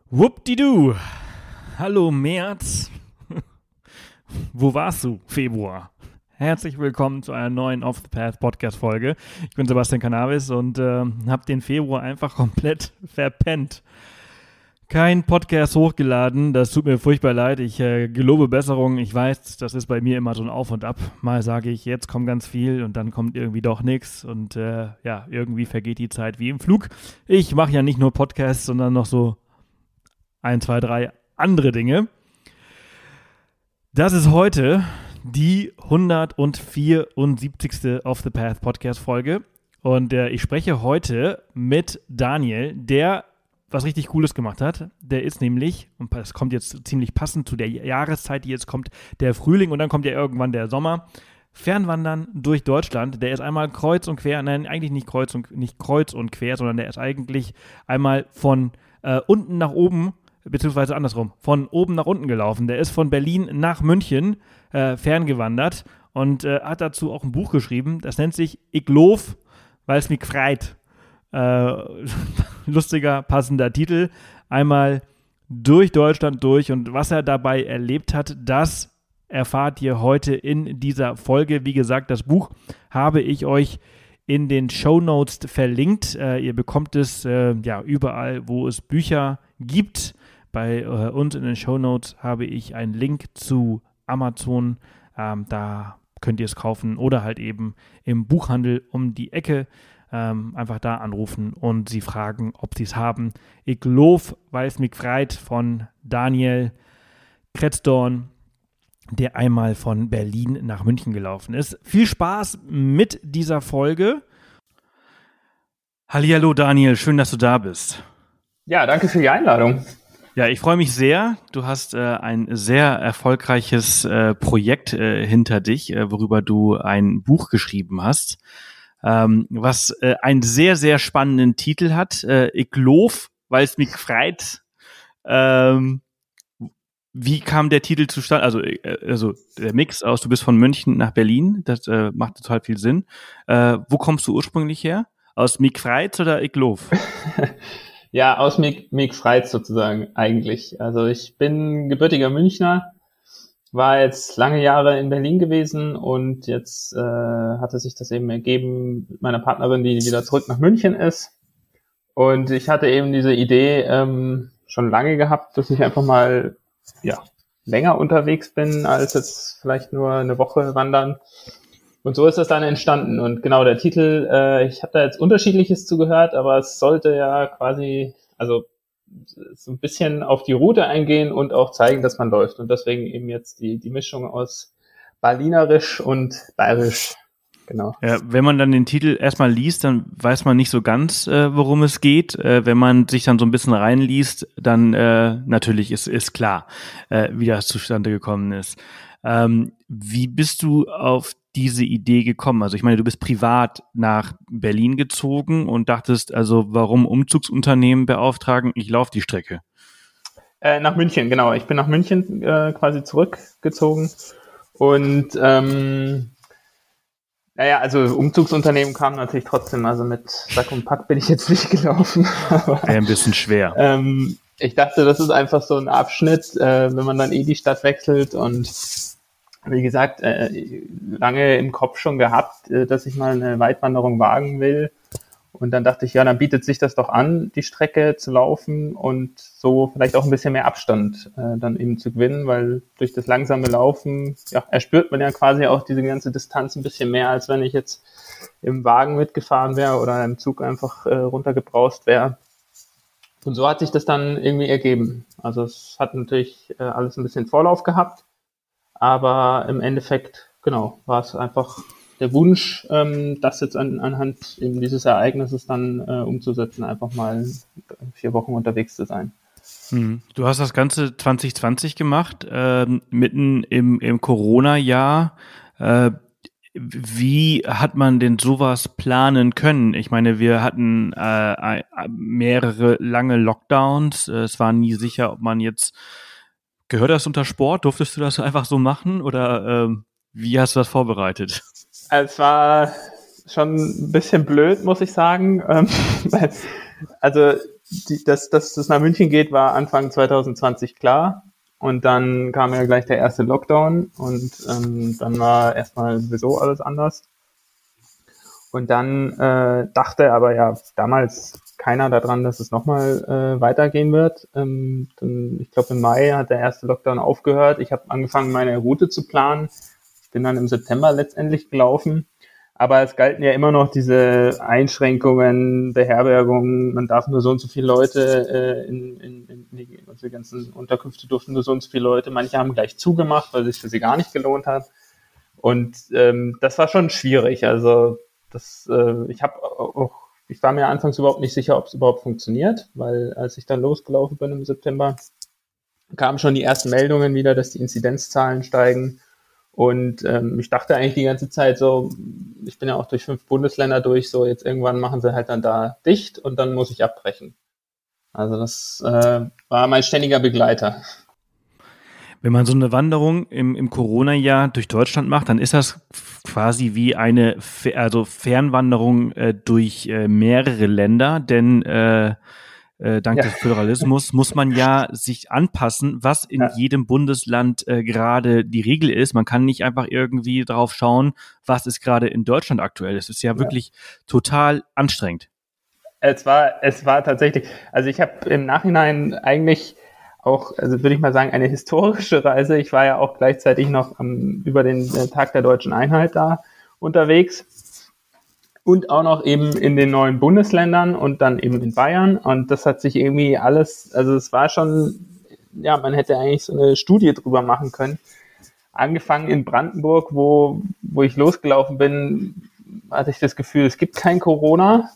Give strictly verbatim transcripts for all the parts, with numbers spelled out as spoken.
Wuppdidu. Hallo März. Wo warst du? Februar. Herzlich willkommen zu einer neuen Off the Path Podcast Folge. Ich bin Sebastian Cannabis und äh, habe den Februar einfach komplett verpennt. Kein Podcast hochgeladen, das tut mir furchtbar leid. Ich äh, gelobe Besserung. Ich weiß, das ist bei mir immer so ein Auf und Ab. Mal sage ich, jetzt kommt ganz viel und dann kommt irgendwie doch nichts. Und äh, ja, irgendwie vergeht die Zeit wie im Flug. Ich mache ja nicht nur Podcasts, sondern noch so ein, zwei, drei andere Dinge. Das ist heute die hundertvierundsiebzigste Off the Path Podcast Folge. Und äh, ich spreche heute mit Daniel, der was richtig Cooles gemacht hat. Der ist nämlich, und das kommt jetzt ziemlich passend zu der Jahreszeit, die jetzt kommt, der Frühling und dann kommt ja irgendwann der Sommer. Fernwandern durch Deutschland. Der ist einmal kreuz und quer, nein, eigentlich nicht kreuz und, nicht kreuz und quer, sondern der ist eigentlich einmal von äh, unten nach oben, beziehungsweise andersrum, von oben nach unten gelaufen. Der ist von Berlin nach München äh, ferngewandert und äh, hat dazu auch ein Buch geschrieben. Das nennt sich Ich loof, weil es mich freit. Äh, lustiger, passender Titel. Einmal durch Deutschland durch und was er dabei erlebt hat, das erfahrt ihr heute in dieser Folge. Wie gesagt, das Buch habe ich euch in den Shownotes verlinkt. Äh, ihr bekommt es äh, ja überall, wo es Bücher gibt. Bei äh, uns in den Shownotes habe ich einen Link zu Amazon. Ähm, da könnt ihr es kaufen oder halt eben im Buchhandel um die Ecke. Ähm, einfach da anrufen und sie fragen, ob sie es haben. Ich loof, weil es mich freit von Daniel Kretzdorn, der einmal von Berlin nach München gelaufen ist. Viel Spaß mit dieser Folge. Hallihallo Daniel, schön, dass du da bist. Ja, danke für die Einladung. Ja, ich freue mich sehr. Du hast äh, ein sehr erfolgreiches äh, Projekt äh, hinter dich, äh, worüber du ein Buch geschrieben hast. Ähm, was äh, einen sehr, sehr spannenden Titel hat. Äh, Ich loof, weil es mich freit. Ähm, wie kam der Titel zustande? Also, äh, also der Mix aus, du bist von München nach Berlin, das äh, macht total viel Sinn. Äh, wo kommst du ursprünglich her? Aus mich freit oder Ich loof? Ja, aus mich, mich freit sozusagen eigentlich. Also ich bin gebürtiger Münchner, war jetzt lange Jahre in Berlin gewesen und jetzt äh, hatte sich das eben ergeben mit meiner Partnerin, die wieder zurück nach München ist. Und ich hatte eben diese Idee ähm, schon lange gehabt, dass ich einfach mal ja länger unterwegs bin, als jetzt vielleicht nur eine Woche wandern. Und so ist das dann entstanden. Und genau, der Titel, äh, ich habe da jetzt Unterschiedliches zugehört, aber es sollte ja quasi, also so ein bisschen auf die Route eingehen und auch zeigen, dass man läuft. Und deswegen eben jetzt die die Mischung aus Berlinerisch und Bayerisch. Genau. Ja, wenn man dann den Titel erstmal liest, dann weiß man nicht so ganz, äh, worum es geht. Äh, wenn man sich dann so ein bisschen reinliest, dann äh, natürlich ist ist klar, äh, wie das zustande gekommen ist. Ähm, wie bist du auf diese Idee gekommen? Also ich meine, du bist privat nach Berlin gezogen und dachtest, also warum Umzugsunternehmen beauftragen? Ich laufe die Strecke. Äh, nach München, genau. Ich bin nach München äh, quasi zurückgezogen und ähm, naja, also Umzugsunternehmen kamen natürlich trotzdem, also mit Sack und Pack bin ich jetzt nicht gelaufen. Wäre ein bisschen schwer. ähm, ich dachte, das ist einfach so ein Abschnitt, äh, wenn man dann eh die Stadt wechselt und wie gesagt, äh, lange im Kopf schon gehabt, äh, dass ich mal eine Weitwanderung wagen will. Und dann dachte ich, ja, dann bietet sich das doch an, die Strecke zu laufen und so vielleicht auch ein bisschen mehr Abstand äh, dann eben zu gewinnen, weil durch das langsame Laufen, ja, erspürt man ja quasi auch diese ganze Distanz ein bisschen mehr, als wenn ich jetzt im Wagen mitgefahren wäre oder im Zug einfach äh, runtergebraust wäre. Und so hat sich das dann irgendwie ergeben. Also es hat natürlich äh, alles ein bisschen Vorlauf gehabt. Aber im Endeffekt, genau, war es einfach der Wunsch, ähm, das jetzt an, anhand eben dieses Ereignisses dann äh, umzusetzen, einfach mal vier Wochen unterwegs zu sein. Hm. Du hast das Ganze zwanzig zwanzig gemacht, ähm, mitten im, im Corona-Jahr. Äh, wie hat man denn sowas planen können? Ich meine, wir hatten äh, mehrere lange Lockdowns. Es war nie sicher, ob man jetzt Gehört das unter Sport? Durftest du das einfach so machen oder ähm, wie hast du das vorbereitet? Es war schon ein bisschen blöd, muss ich sagen, ähm, weil Also, die, dass, dass das nach München geht, war Anfang zwanzig zwanzig klar. Und dann kam ja gleich der erste Lockdown und ähm, dann war erstmal sowieso alles anders. Und dann äh, dachte aber ja damals keiner daran, dass es nochmal äh, weitergehen wird. Ähm, dann, ich glaube, im Mai hat der erste Lockdown aufgehört. Ich habe angefangen, meine Route zu planen. Ich bin dann im September letztendlich gelaufen. Aber es galten ja immer noch diese Einschränkungen, Beherbergungen. Man darf nur so und so viele Leute äh, in, in, in die, also die ganzen Unterkünfte durften nur so und so viele Leute. Manche haben gleich zugemacht, weil es sich für sie gar nicht gelohnt hat. Und ähm, das war schon schwierig. Also das, äh, ich habe auch, ich war mir anfangs überhaupt nicht sicher, ob es überhaupt funktioniert, weil als ich dann losgelaufen bin im September, kamen schon die ersten Meldungen wieder, dass die Inzidenzzahlen steigen. Und ähm, ich dachte eigentlich die ganze Zeit so, ich bin ja auch durch fünf Bundesländer durch, so jetzt irgendwann machen sie halt dann da dicht und dann muss ich abbrechen. Also das äh, war mein ständiger Begleiter. Wenn man so eine Wanderung im, im Corona-Jahr durch Deutschland macht, dann ist das quasi wie eine also Fernwanderung äh, durch äh, mehrere Länder, denn äh, äh, dank ja. des Föderalismus muss man ja sich anpassen, was in ja. jedem Bundesland äh, gerade die Regel ist. Man kann nicht einfach irgendwie drauf schauen, was ist gerade in Deutschland aktuell. Es ist ja wirklich ja. total anstrengend. Es war, es war tatsächlich, also ich habe im Nachhinein eigentlich auch, also würde ich mal sagen, eine historische Reise. Ich war ja auch gleichzeitig noch am, über den äh, Tag der Deutschen Einheit da unterwegs und auch noch eben in den neuen Bundesländern und dann eben in Bayern. Und das hat sich irgendwie alles, also es war schon, ja, man hätte eigentlich so eine Studie drüber machen können. Angefangen in Brandenburg, wo, wo ich losgelaufen bin, hatte ich das Gefühl, es gibt kein Corona.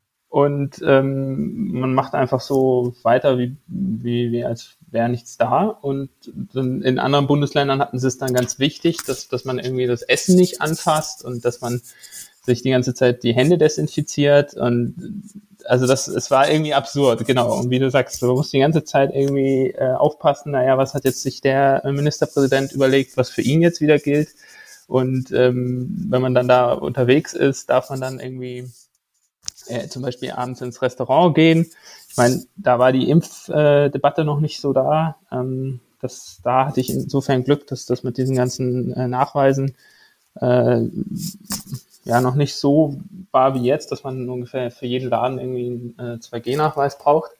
Und ähm, man macht einfach so weiter, wie, wie, wie als wäre nichts da. Und dann in anderen Bundesländern hatten sie es dann ganz wichtig, dass, dass man irgendwie das Essen nicht anfasst und dass man sich die ganze Zeit die Hände desinfiziert. Und also das, es war irgendwie absurd, genau. Und wie du sagst, man muss die ganze Zeit irgendwie äh, aufpassen, naja, was hat jetzt sich der Ministerpräsident überlegt, was für ihn jetzt wieder gilt. Und ähm, wenn man dann da unterwegs ist, darf man dann irgendwie Äh, zum Beispiel abends ins Restaurant gehen. Ich meine, da war die Impfdebatte äh, noch nicht so da. Ähm, das, da hatte ich insofern Glück, dass das mit diesen ganzen äh, Nachweisen äh, ja noch nicht so war wie jetzt, dass man ungefähr für jeden Laden irgendwie einen äh, zwei G Nachweis braucht.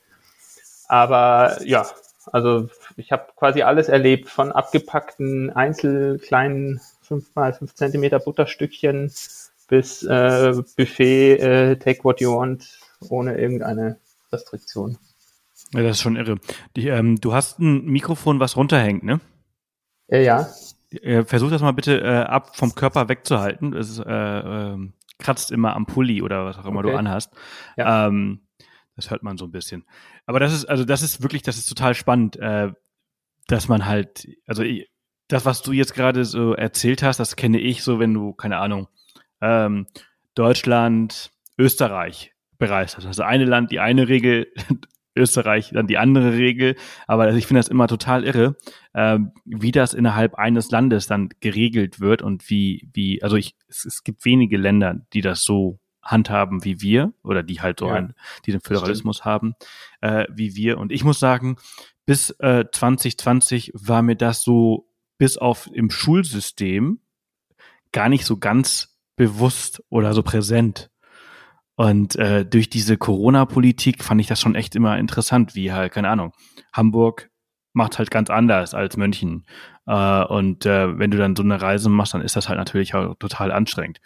Aber ja, also ich habe quasi alles erlebt, von abgepackten einzel kleinen fünf mal fünf Zentimeter Butterstückchen bis äh, Buffet, äh, take what you want, ohne irgendeine Restriktion. Ja, das ist schon irre. Die, ähm, du hast ein Mikrofon, was runterhängt, ne? Äh, ja. Äh, versuch das mal bitte äh, ab vom Körper wegzuhalten. Es ist, äh, äh, kratzt immer am Pulli oder was auch immer okay. du anhast. Ja. Ähm, das hört man so ein bisschen. Aber das ist, also das ist wirklich, das ist total spannend, äh, dass man halt, also ich, das, was du jetzt gerade so erzählt hast, das kenne ich so, wenn du, keine Ahnung, Ähm, Deutschland, Österreich bereist hast. Also eine Land, die eine Regel, Österreich dann die andere Regel. Aber also ich finde das immer total irre, ähm, wie das innerhalb eines Landes dann geregelt wird und wie, wie, also ich, es, es gibt wenige Länder, die das so handhaben wie wir oder die halt so ja, ein, die den Föderalismus haben, äh, wie wir. Und ich muss sagen, bis äh, zwanzig zwanzig war mir das so bis auf im Schulsystem gar nicht so ganz bewusst oder so präsent. Und äh, durch diese Corona-Politik fand ich das schon echt immer interessant, wie halt, keine Ahnung, Hamburg macht halt ganz anders als München. Äh, und äh, wenn du dann so eine Reise machst, dann ist das halt natürlich auch total anstrengend.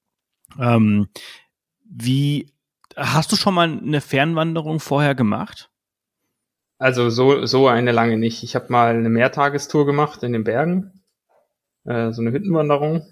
Ähm, wie, hast du schon mal eine Fernwanderung vorher gemacht? Also so, so eine lange nicht. Ich habe mal eine Mehrtagestour gemacht in den Bergen, äh, so eine Hüttenwanderung.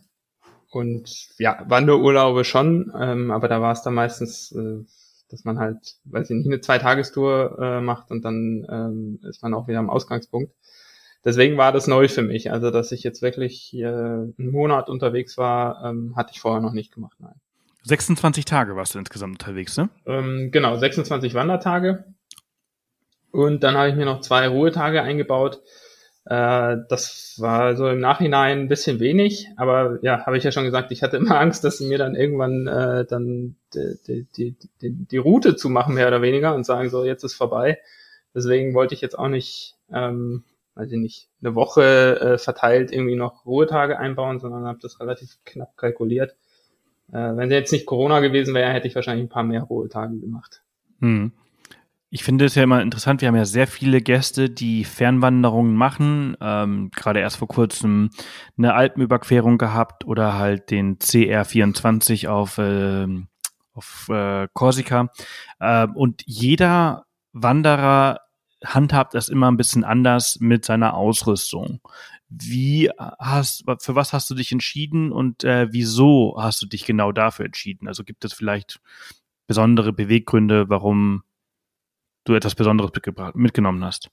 Und ja, Wanderurlaube schon, ähm, aber da war es dann meistens, äh, dass man halt, weiß ich nicht, eine Zweitagestour äh, macht und dann ähm, ist man auch wieder am Ausgangspunkt. Deswegen war das neu für mich. Also, dass ich jetzt wirklich äh, einen Monat unterwegs war, ähm, hatte ich vorher noch nicht gemacht, nein. sechsundzwanzig Tage warst du insgesamt unterwegs, ne? Ähm, genau, sechsundzwanzig Wandertage. Und dann habe ich mir noch zwei Ruhetage eingebaut. Äh, das war so im Nachhinein ein bisschen wenig, aber ja, habe ich ja schon gesagt, ich hatte immer Angst, dass sie mir dann irgendwann äh, dann die, die, die, die, die Route zumachen, mehr oder weniger, und sagen so, jetzt ist vorbei. Deswegen wollte ich jetzt auch nicht, ähm, weiß ich nicht, eine Woche äh, verteilt irgendwie noch Ruhetage einbauen, sondern habe das relativ knapp kalkuliert. Äh, wenn jetzt nicht Corona gewesen wäre, hätte ich wahrscheinlich ein paar mehr Ruhetage gemacht. Hm. Ich finde es ja immer interessant, wir haben ja sehr viele Gäste, die Fernwanderungen machen, ähm, gerade erst vor kurzem eine Alpenüberquerung gehabt oder halt den C R vierundzwanzig auf, äh, auf äh, Korsika. Äh, und jeder Wanderer handhabt das immer ein bisschen anders mit seiner Ausrüstung. Wie hast, für was hast du dich entschieden und äh, wieso hast du dich genau dafür entschieden? Also gibt es vielleicht besondere Beweggründe, warum du etwas Besonderes mitgenommen hast?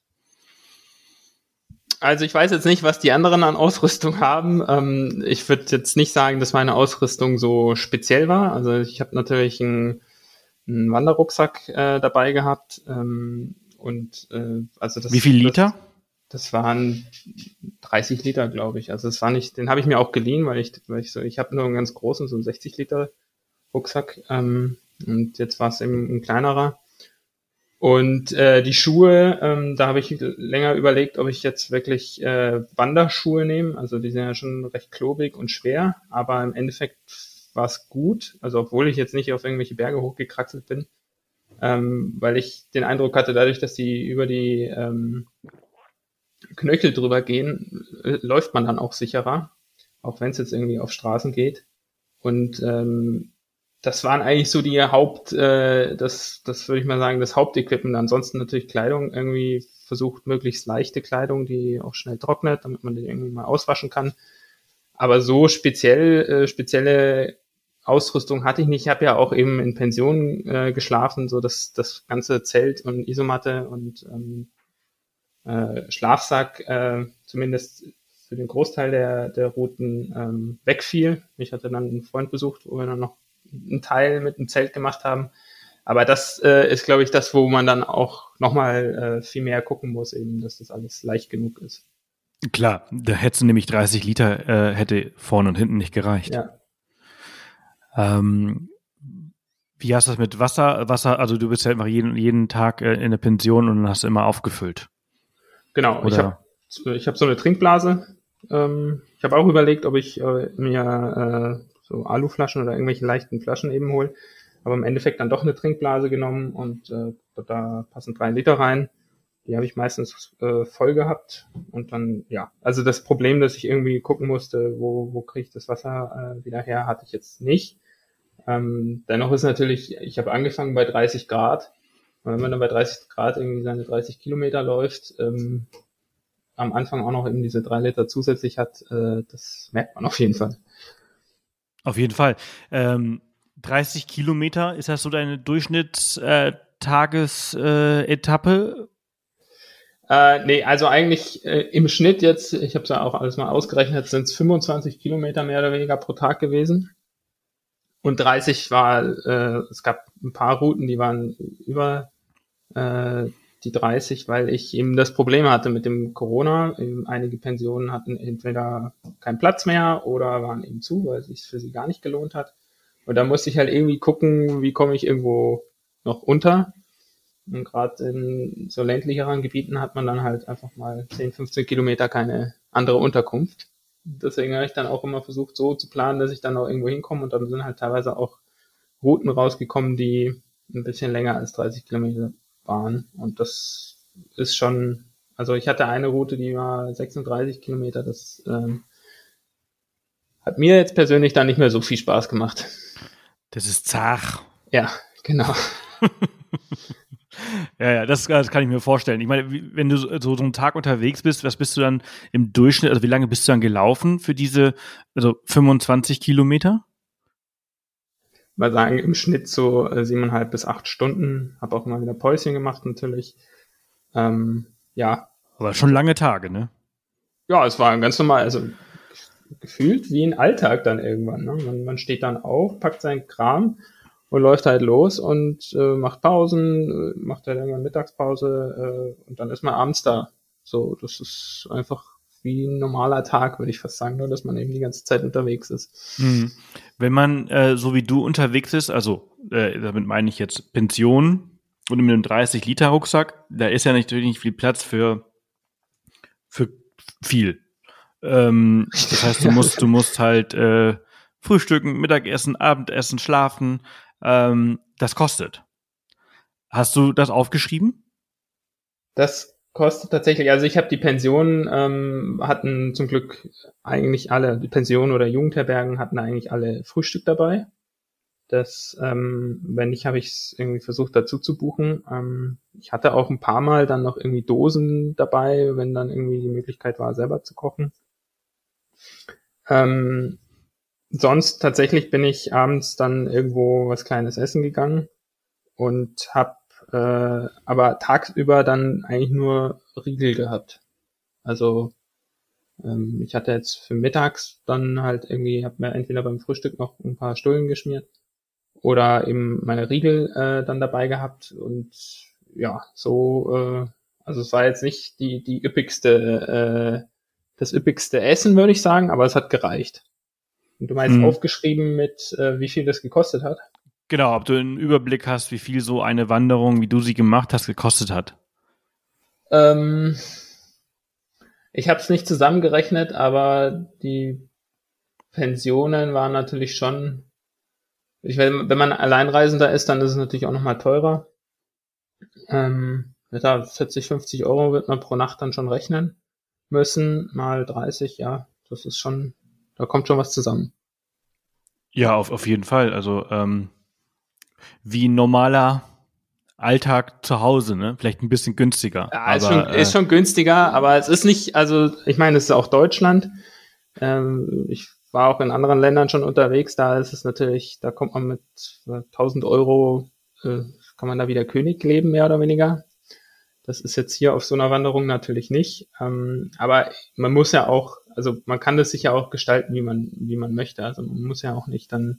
Also ich weiß jetzt nicht, was die anderen an Ausrüstung haben. Ähm, ich würde jetzt nicht sagen, dass meine Ausrüstung so speziell war. Also ich habe natürlich einen, einen Wanderrucksack äh, dabei gehabt. Ähm, und äh, also das, Wie viel Liter? Das, das waren dreißig Liter, glaube ich. Also es war nicht, den habe ich mir auch geliehen, weil ich, weil ich so, ich habe nur einen ganz großen, so einen sechzig Liter Rucksack. Ähm, und jetzt war es eben ein kleinerer. Und äh, die Schuhe, ähm, da habe ich länger überlegt, ob ich jetzt wirklich äh, Wanderschuhe nehme. Also die sind ja schon recht klobig und schwer, aber im Endeffekt war es gut. Also obwohl ich jetzt nicht auf irgendwelche Berge hochgekraxelt bin, ähm, weil ich den Eindruck hatte, dadurch, dass die über die ähm, Knöchel drüber gehen, äh, läuft man dann auch sicherer, auch wenn es jetzt irgendwie auf Straßen geht. Und ähm, das waren eigentlich so die Haupt, äh, das, das würde ich mal sagen, das Hauptequipment. Ansonsten natürlich Kleidung, irgendwie versucht, möglichst leichte Kleidung, die auch schnell trocknet, damit man die irgendwie mal auswaschen kann. Aber so speziell, äh, spezielle Ausrüstung hatte ich nicht. Ich habe ja auch eben in Pensionen äh, geschlafen, so dass das ganze Zelt und Isomatte und ähm, äh, Schlafsack äh, zumindest für den Großteil der, der Routen ähm, wegfiel. Ich hatte dann einen Freund besucht, wo wir dann noch einen Teil mit einem Zelt gemacht haben. Aber das äh, ist, glaube ich, das, wo man dann auch nochmal äh, viel mehr gucken muss, eben, dass das alles leicht genug ist. Klar, da hättest du nämlich dreißig Liter, äh, hätte vorne und hinten nicht gereicht. Ja. Ähm, wie hast du das mit Wasser? Wasser, also du bist ja einfach jeden, jeden Tag äh, in der Pension und dann hast du immer aufgefüllt. Genau, Oder? ich habe ich hab so eine Trinkblase. Ähm, ich habe auch überlegt, ob ich äh, mir äh, so Aluflaschen oder irgendwelche leichten Flaschen eben hole. Aber im Endeffekt dann doch eine Trinkblase genommen und äh, da passen drei Liter rein. Die habe ich meistens äh, voll gehabt. Und dann, ja, also das Problem, dass ich irgendwie gucken musste, wo, wo kriege ich das Wasser äh, wieder her, hatte ich jetzt nicht. Ähm, dennoch ist natürlich, ich habe angefangen bei dreißig Grad. Und wenn man dann bei dreißig Grad irgendwie seine dreißig Kilometer läuft, ähm, am Anfang auch noch eben diese drei Liter zusätzlich hat, äh, das merkt man auf jeden Fall. Auf jeden Fall. Ähm, dreißig Kilometer, ist das so deine Durchschnittstagesetappe? Äh, äh, nee, also eigentlich äh, im Schnitt jetzt, ich habe es ja auch alles mal ausgerechnet, sind es fünfundzwanzig Kilometer mehr oder weniger pro Tag gewesen. Und dreißig war, äh, es gab ein paar Routen, die waren über äh, die dreißig, weil ich eben das Problem hatte mit dem Corona. Eben einige Pensionen hatten entweder keinen Platz mehr oder waren eben zu, weil es sich für sie gar nicht gelohnt hat. Und da musste ich halt irgendwie gucken, wie komme ich irgendwo noch unter. Und gerade in so ländlicheren Gebieten hat man dann halt einfach mal zehn, fünfzehn Kilometer keine andere Unterkunft. Deswegen habe ich dann auch immer versucht, so zu planen, dass ich dann auch irgendwo hinkomme. Und dann sind halt teilweise auch Routen rausgekommen, die ein bisschen länger als dreißig Kilometer waren. Und das ist schon, also ich hatte eine Route, die war sechsunddreißig Kilometer. Das ähm, hat mir jetzt persönlich dann nicht mehr so viel Spaß gemacht. Das ist zart. Ja, genau. Ja, ja, das, das kann ich mir vorstellen. Ich meine, wenn du so, so einen Tag unterwegs bist, was bist du dann im Durchschnitt, also wie lange bist du dann gelaufen für diese, also fünfundzwanzig Kilometer? Mal sagen, im Schnitt so äh, siebeneinhalb bis acht Stunden. Habe auch mal wieder Päuschen gemacht natürlich. Ähm, ja. Aber schon lange Tage, ne? Ja, es war ganz normal, also gefühlt wie ein Alltag dann irgendwann. Ne? Man, man steht dann auf, packt seinen Kram und läuft halt los und äh, macht Pausen, äh, macht halt irgendwann Mittagspause äh, und dann ist man abends da. So, das ist einfach wie ein normaler Tag, würde ich fast sagen, nur dass man eben die ganze Zeit unterwegs ist. Mhm. Wenn man äh, so wie du unterwegs ist, also äh, damit meine ich jetzt Pension und mit einem dreißig-Liter-Rucksack, da ist ja natürlich nicht viel Platz für, für viel. Ähm, das heißt, du musst, du musst halt äh, frühstücken, Mittagessen, Abendessen, schlafen. Ähm, das kostet. Hast du das aufgeschrieben? Das kostet tatsächlich, also ich habe die Pensionen, ähm, hatten zum Glück eigentlich alle, die Pensionen oder Jugendherbergen hatten eigentlich alle Frühstück dabei. Das, ähm, wenn nicht, habe ich es irgendwie versucht dazu zu buchen. Ähm, ich hatte auch ein paar Mal dann noch irgendwie Dosen dabei, wenn dann irgendwie die Möglichkeit war, selber zu kochen. Ähm, sonst tatsächlich bin ich abends dann irgendwo was Kleines essen gegangen und habe äh, aber tagsüber dann eigentlich nur Riegel gehabt. Also ähm, ich hatte jetzt für mittags dann halt irgendwie, habe mir entweder beim Frühstück noch ein paar Stullen geschmiert oder eben meine Riegel äh, dann dabei gehabt und ja, so, äh, also es war jetzt nicht die die üppigste, äh, das üppigste Essen, würde ich sagen, aber es hat gereicht. Und du meinst Mhm. aufgeschrieben mit, äh, wie viel das gekostet hat? Genau, ob du einen Überblick hast, wie viel so eine Wanderung, wie du sie gemacht hast, gekostet hat. Ähm, ich habe es nicht zusammengerechnet, aber die Pensionen waren natürlich schon, ich wenn, wenn man Alleinreisender ist, dann ist es natürlich auch nochmal teurer. Ähm, ja, vierzig, fünfzig Euro wird man pro Nacht dann schon rechnen müssen, mal dreißig, ja, das ist schon, da kommt schon was zusammen. Ja, auf, auf jeden Fall. Also ähm, wie ein normaler Alltag zu Hause, ne? Vielleicht ein bisschen günstiger, Ja, ist schon, aber ist äh, schon günstiger, aber es ist nicht, also ich meine, es ist auch Deutschland. Ähm, ich war auch in anderen Ländern schon unterwegs, da ist es natürlich, da kommt man mit äh, tausend Euro, äh, kann man da wieder König leben, mehr oder weniger. Das ist jetzt hier auf so einer Wanderung natürlich nicht. Ähm, aber man muss ja auch, also man kann das sich ja auch gestalten, wie man, wie man möchte. Also man muss ja auch nicht dann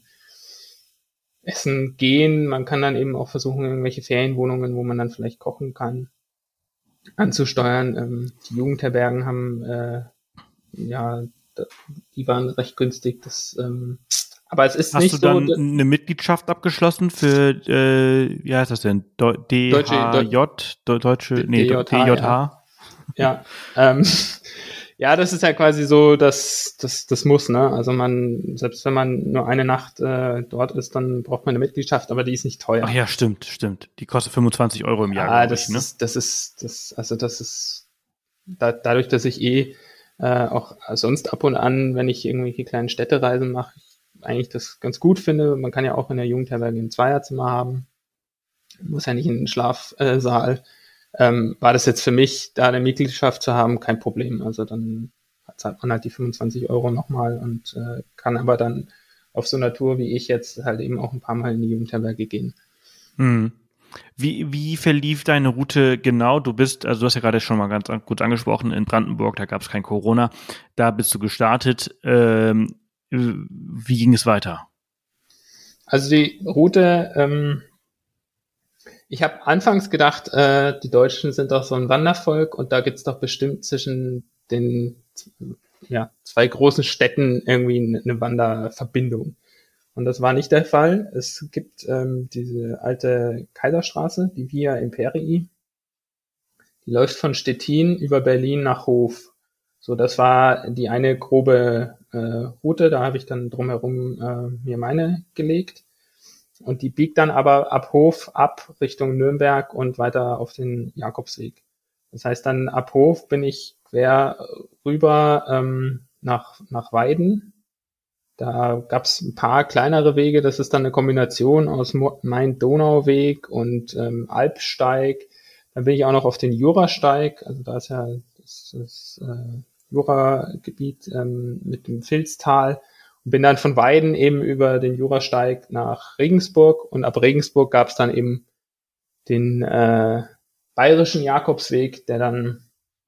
essen gehen. Man kann dann eben auch versuchen, irgendwelche Ferienwohnungen, wo man dann vielleicht kochen kann, anzusteuern. Ähm, die Jugendherbergen haben, äh, ja, die waren recht günstig. Das, ähm, aber es ist hast du nicht so, dann eine Mitgliedschaft abgeschlossen für, äh, wie heißt das denn? Deu- deutsche, Deu D H J, Deu- deutsche, nee, Deu- D J H, ja. D J H? Ja, ähm, ja, das ist ja quasi so, dass das, das muss, ne? Also man, selbst wenn man nur eine Nacht äh, dort ist, dann braucht man eine Mitgliedschaft, aber die ist nicht Ach teuer. ja, stimmt, stimmt. Die kostet fünfundzwanzig Euro im Jahr, Ja, glaube ich, das ne? ist, das ist, das, also das ist, da, dadurch, dass ich eh äh, auch sonst ab und an, wenn ich irgendwelche kleinen Städtereisen mache, eigentlich das ganz gut finde. Man kann ja auch in der Jugendherberge ein Zweierzimmer haben, muss ja nicht in den Schlafsaal. Ähm, war das jetzt für mich, da eine Mitgliedschaft zu haben, kein Problem. Also dann zahlt man halt die fünfundzwanzig Euro nochmal und äh, kann aber dann auf so einer Tour wie ich jetzt halt eben auch ein paar Mal in die Jugendherberge gehen. Hm. Wie, wie verlief deine Route genau? Du bist, also du hast ja gerade schon mal ganz an- kurz angesprochen, in Brandenburg, da gab es kein Corona. Da bist du gestartet. Ähm, äh, wie ging es weiter? Also die Route, ähm, ich habe anfangs gedacht, äh, die Deutschen sind doch so ein Wandervolk und da gibt's doch bestimmt zwischen den ja, zwei großen Städten irgendwie eine Wanderverbindung. Und das war nicht der Fall. Es gibt ähm, diese alte Kaiserstraße, die Via Imperii, die läuft von Stettin über Berlin nach Hof. So, das war die eine grobe äh, Route, da habe ich dann drumherum äh, mir meine gelegt. Und die biegt dann aber ab Hof ab Richtung Nürnberg und weiter auf den Jakobsweg. Das heißt, dann ab Hof bin ich quer rüber ähm, nach, nach Weiden. Da gab's ein paar kleinere Wege. Das ist dann eine Kombination aus Main-Donau-Weg und ähm, Alpsteig. Dann bin ich auch noch auf den Jurasteig. Also da ist ja das, das äh, Juragebiet ähm, mit dem Vilstal. Und bin dann von Weiden eben über den Jurasteig nach Regensburg. Und ab Regensburg gab's dann eben den äh, bayerischen Jakobsweg, der dann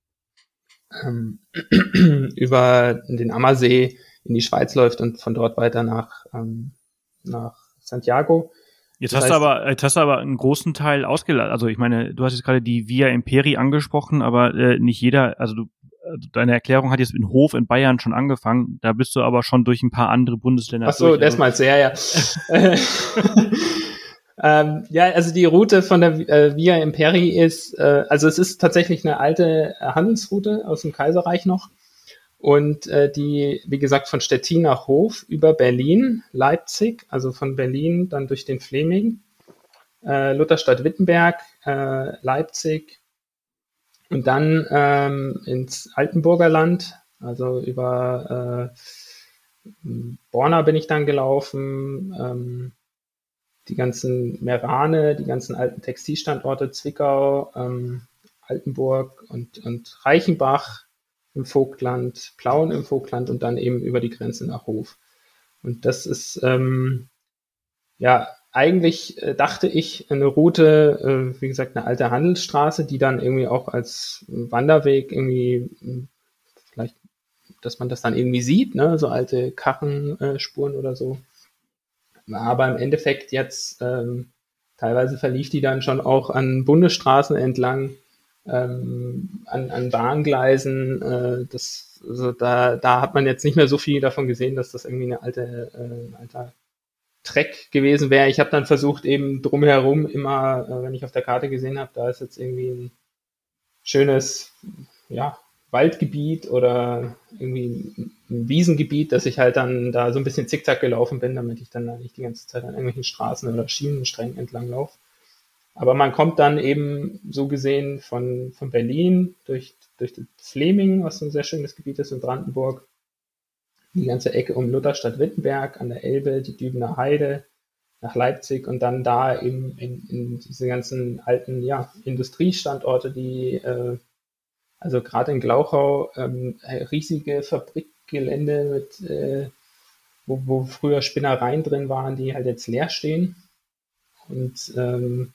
ähm, über den Ammersee in die Schweiz läuft und von dort weiter nach, ähm, nach Santiago. Jetzt hast, heißt, du aber, jetzt hast du aber einen großen Teil ausgelassen. Also ich meine, du hast jetzt gerade die Via Imperii angesprochen, aber äh, nicht jeder, also du, deine Erklärung hat jetzt in Hof in Bayern schon angefangen. Da bist du aber schon durch ein paar andere Bundesländer. Ach so, durch, das meinst du, ja, ja. ähm, ja, also die Route von der äh, Via Imperii ist, äh, also es ist tatsächlich eine alte Handelsroute aus dem Kaiserreich noch. Und äh, die, wie gesagt, von Stettin nach Hof über Berlin, Leipzig, also von Berlin dann durch den Fleming, äh, Lutherstadt-Wittenberg, äh, Leipzig und dann ähm, ins Altenburger Land, also über äh, Borna bin ich dann gelaufen, ähm, die ganzen Merane, die ganzen alten Textilstandorte, Zwickau, ähm, Altenburg und, und Reichenbach im Vogtland, Plauen im Vogtland und dann eben über die Grenze nach Hof. Und das ist, ähm, ja, eigentlich äh, dachte ich, eine Route, äh, wie gesagt, eine alte Handelsstraße, die dann irgendwie auch als Wanderweg irgendwie, vielleicht, dass man das dann irgendwie sieht, ne, so alte Karrenspuren äh, oder so. Aber im Endeffekt jetzt, ähm, teilweise verlief die dann schon auch an Bundesstraßen entlang, Ähm, an, an Bahngleisen, äh, das, also da, da hat man jetzt nicht mehr so viel davon gesehen, dass das irgendwie eine alte, äh, ein alter Treck gewesen wäre. Ich habe dann versucht, eben drumherum immer, äh, wenn ich auf der Karte gesehen habe, da ist jetzt irgendwie ein schönes, ja, Waldgebiet oder irgendwie ein Wiesengebiet, dass ich halt dann da so ein bisschen zickzack gelaufen bin, damit ich dann da nicht die ganze Zeit an irgendwelchen Straßen oder Schienensträngen entlang laufe. Aber man kommt dann eben so gesehen von, von Berlin durch, durch das Fleming, was ein sehr schönes Gebiet ist in Brandenburg, die ganze Ecke um Lutherstadt-Wittenberg an der Elbe, die Dübener Heide, nach Leipzig und dann da eben in, in diese ganzen alten ja, Industriestandorte, die, äh, also gerade in Glauchau, ähm, riesige Fabrikgelände mit, äh, wo, wo früher Spinnereien drin waren, die halt jetzt leer stehen. Und ähm,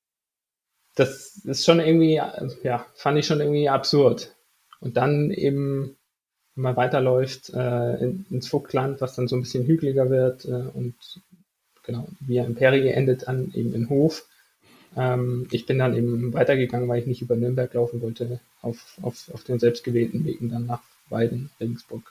das ist schon irgendwie, ja, fand ich schon irgendwie absurd. Und dann eben, wenn man weiterläuft, äh, in, ins Vogtland, was dann so ein bisschen hügeliger wird, äh, und genau, Via Imperii endet dann eben in Hof. Ähm, ich bin dann eben weitergegangen, weil ich nicht über Nürnberg laufen wollte, auf, auf, auf den selbstgewählten Wegen dann nach Weiden, Regensburg.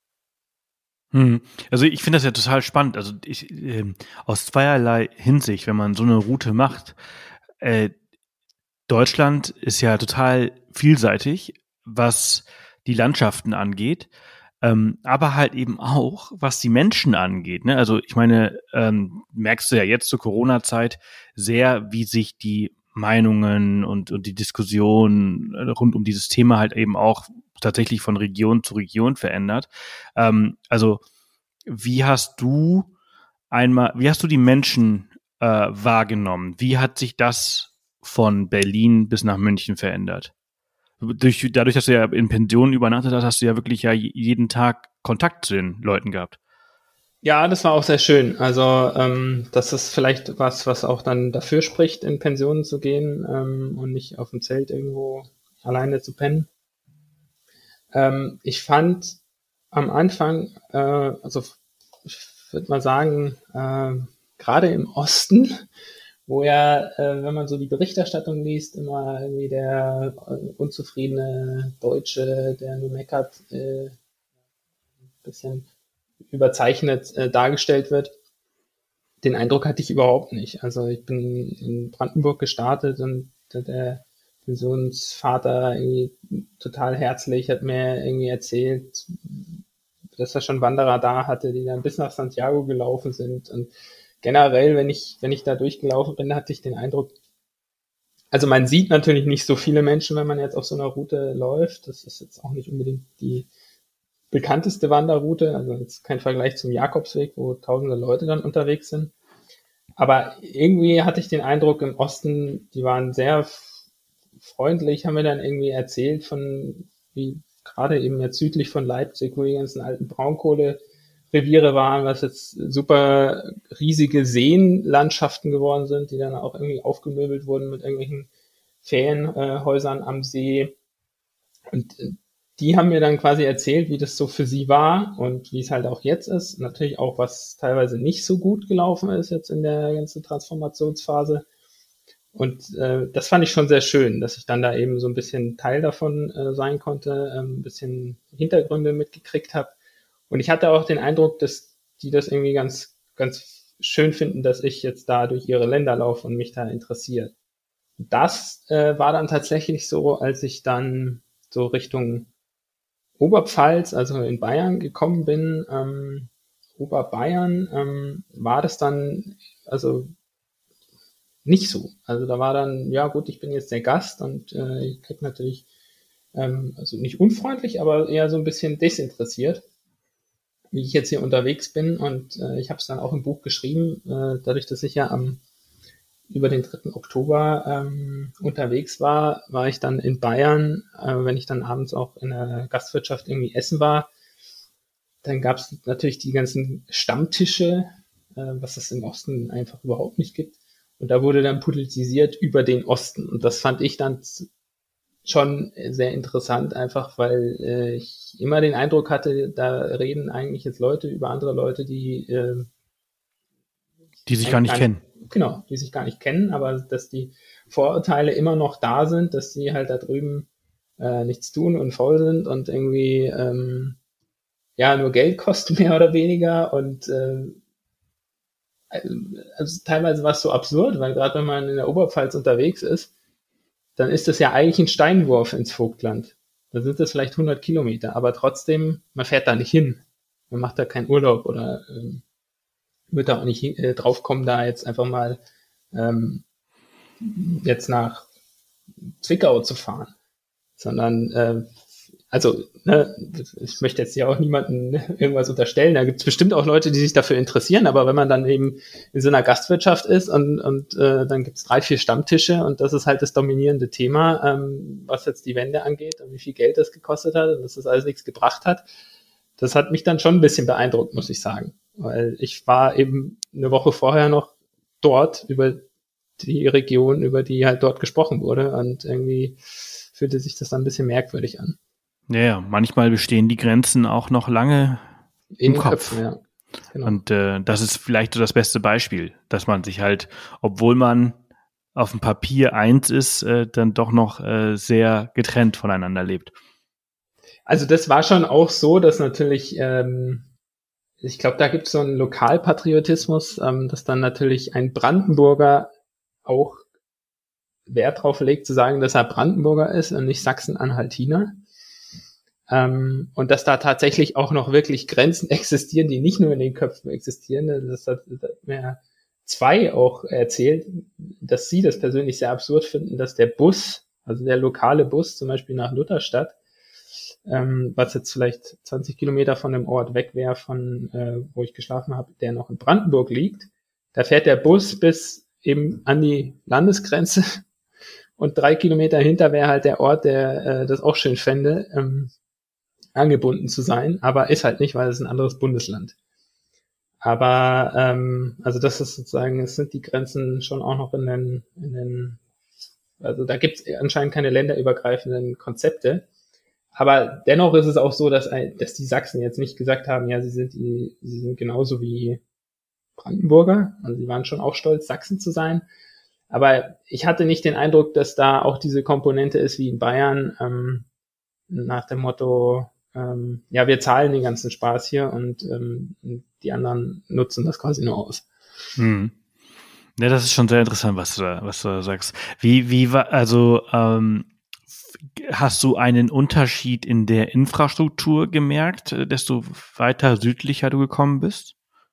Hm. Also ich finde das ja total spannend. Also ich, äh, aus zweierlei Hinsicht, wenn man so eine Route macht, äh, Deutschland ist ja total vielseitig, was die Landschaften angeht, ähm, aber halt eben auch, was die Menschen angeht. Ne? Also ich meine, ähm, merkst du ja jetzt zur Corona-Zeit sehr, wie sich die Meinungen und, und die Diskussion rund um dieses Thema halt eben auch tatsächlich von Region zu Region verändert. Ähm, also wie hast du einmal, wie hast du die Menschen äh, wahrgenommen? Wie hat sich das von Berlin bis nach München verändert? Durch, dadurch, dass du ja in Pensionen übernachtet hast, hast du ja wirklich ja jeden Tag Kontakt zu den Leuten gehabt. Ja, das war auch sehr schön. Also ähm, das ist vielleicht was, was auch dann dafür spricht, in Pensionen zu gehen ähm, und nicht auf dem Zelt irgendwo alleine zu pennen. Ähm, ich fand am Anfang, äh, also ich würde mal sagen, äh, gerade im Osten, wo ja, äh, wenn man so die Berichterstattung liest, immer irgendwie der äh, unzufriedene Deutsche, der nur meckert, äh, ein bisschen überzeichnet äh, dargestellt wird. Den Eindruck hatte ich überhaupt nicht. Also ich bin in Brandenburg gestartet und der Pensionsvater irgendwie total herzlich hat mir irgendwie erzählt, dass er schon Wanderer da hatte, die dann bis nach Santiago gelaufen sind. Und generell, wenn ich, wenn ich da durchgelaufen bin, hatte ich den Eindruck, also man sieht natürlich nicht so viele Menschen, wenn man jetzt auf so einer Route läuft. Das ist jetzt auch nicht unbedingt die bekannteste Wanderroute, also jetzt kein Vergleich zum Jakobsweg, wo tausende Leute dann unterwegs sind. Aber irgendwie hatte ich den Eindruck, im Osten, die waren sehr freundlich, haben mir dann irgendwie erzählt von, wie gerade eben jetzt südlich von Leipzig, wo die ganzen alten Braunkohlereviere waren, was jetzt super riesige Seenlandschaften geworden sind, die dann auch irgendwie aufgemöbelt wurden mit irgendwelchen Ferienhäusern am See. Und die haben mir dann quasi erzählt, wie das so für sie war und wie es halt auch jetzt ist. Natürlich auch, was teilweise nicht so gut gelaufen ist jetzt in der ganzen Transformationsphase. Und äh, das fand ich schon sehr schön, dass ich dann da eben so ein bisschen Teil davon äh, sein konnte, äh, ein bisschen Hintergründe mitgekriegt habe. Und ich hatte auch den Eindruck, dass die das irgendwie ganz, ganz schön finden, dass ich jetzt da durch ihre Länder laufe und mich da interessiert. Das äh, war dann tatsächlich so, als ich dann so Richtung Oberpfalz, also in Bayern gekommen bin, ähm, Oberbayern, ähm, war das dann also nicht so. Also da war dann, ja gut, ich bin jetzt der Gast und äh, ich krieg natürlich, ähm, also nicht unfreundlich, aber eher so ein bisschen desinteressiert, wie ich jetzt hier unterwegs bin. Und äh, ich habe es dann auch im Buch geschrieben, äh, dadurch, dass ich ja am über den dritten Oktober ähm, unterwegs war, war ich dann in Bayern, äh, wenn ich dann abends auch in der Gastwirtschaft irgendwie essen war, dann gab es natürlich die ganzen Stammtische, äh, was es im Osten einfach überhaupt nicht gibt. Und da wurde dann politisiert über den Osten. Und das fand ich dann schon sehr interessant, einfach weil äh, ich immer den Eindruck hatte, da reden eigentlich jetzt Leute über andere Leute, die äh, die sich gar nicht kennen. Genau, die sich gar nicht kennen, aber dass die Vorurteile immer noch da sind, dass die halt da drüben äh, nichts tun und faul sind und irgendwie ähm, ja nur Geld kosten, mehr oder weniger. Und äh, also teilweise war es so absurd, weil gerade wenn man in der Oberpfalz unterwegs ist, dann ist das ja eigentlich ein Steinwurf ins Vogtland. Da sind das vielleicht hundert Kilometer, aber trotzdem, man fährt da nicht hin. Man macht da keinen Urlaub oder ähm, wird da auch nicht äh, drauf kommen, da jetzt einfach mal ähm, jetzt nach Zwickau zu fahren, sondern äh, also ne, ich möchte jetzt ja auch niemandem irgendwas unterstellen, da gibt es bestimmt auch Leute, die sich dafür interessieren, aber wenn man dann eben in so einer Gastwirtschaft ist und, und äh, dann gibt es drei, vier Stammtische und das ist halt das dominierende Thema, ähm, was jetzt die Wende angeht und wie viel Geld das gekostet hat und dass das alles nichts gebracht hat, das hat mich dann schon ein bisschen beeindruckt, muss ich sagen. Weil ich war eben eine Woche vorher noch dort über die Region, über die halt dort gesprochen wurde und irgendwie fühlte sich das dann ein bisschen merkwürdig an. Ja, ja, manchmal bestehen die Grenzen auch noch lange In im den Kopf. Köpfen, ja. Genau. Und äh, das ist vielleicht so das beste Beispiel, dass man sich halt, obwohl man auf dem Papier eins ist, äh, dann doch noch äh, sehr getrennt voneinander lebt. Also das war schon auch so, dass natürlich ähm, ich glaube, da gibt es so einen Lokalpatriotismus, ähm, dass dann natürlich ein Brandenburger auch Wert drauf legt, zu sagen, dass er Brandenburger ist und nicht Sachsen-Anhaltiner. Ähm, und dass da tatsächlich auch noch wirklich Grenzen existieren, die nicht nur in den Köpfen existieren. Das hat, das hat mir zwei auch erzählt, dass sie das persönlich sehr absurd finden, dass der Bus, also der lokale Bus zum Beispiel nach Lutherstadt, ähm, was jetzt vielleicht zwanzig Kilometer von dem Ort weg wäre, von äh, wo ich geschlafen habe, der noch in Brandenburg liegt, da fährt der Bus bis eben an die Landesgrenze und drei Kilometer hinter wäre halt der Ort, der äh, das auch schön fände, ähm, angebunden zu sein, aber ist halt nicht, weil es ein anderes Bundesland. Aber ähm, also das ist sozusagen, es sind die Grenzen schon auch noch in den, in den also da gibt es anscheinend keine länderübergreifenden Konzepte. Aber dennoch ist es auch so, dass, dass die Sachsen jetzt nicht gesagt haben, ja, sie sind die, sie sind genauso wie Brandenburger. Also sie waren schon auch stolz, Sachsen zu sein. Aber ich hatte nicht den Eindruck, dass da auch diese Komponente ist wie in Bayern, ähm, nach dem Motto, ähm, ja, wir zahlen den ganzen Spaß hier und ähm, die anderen nutzen das quasi nur aus. Hm. Ja, das ist schon sehr interessant, was du da, was du da sagst. Wie, wie war, also ähm, hast du einen Unterschied in der Infrastruktur gemerkt, desto weiter südlicher du gekommen bist?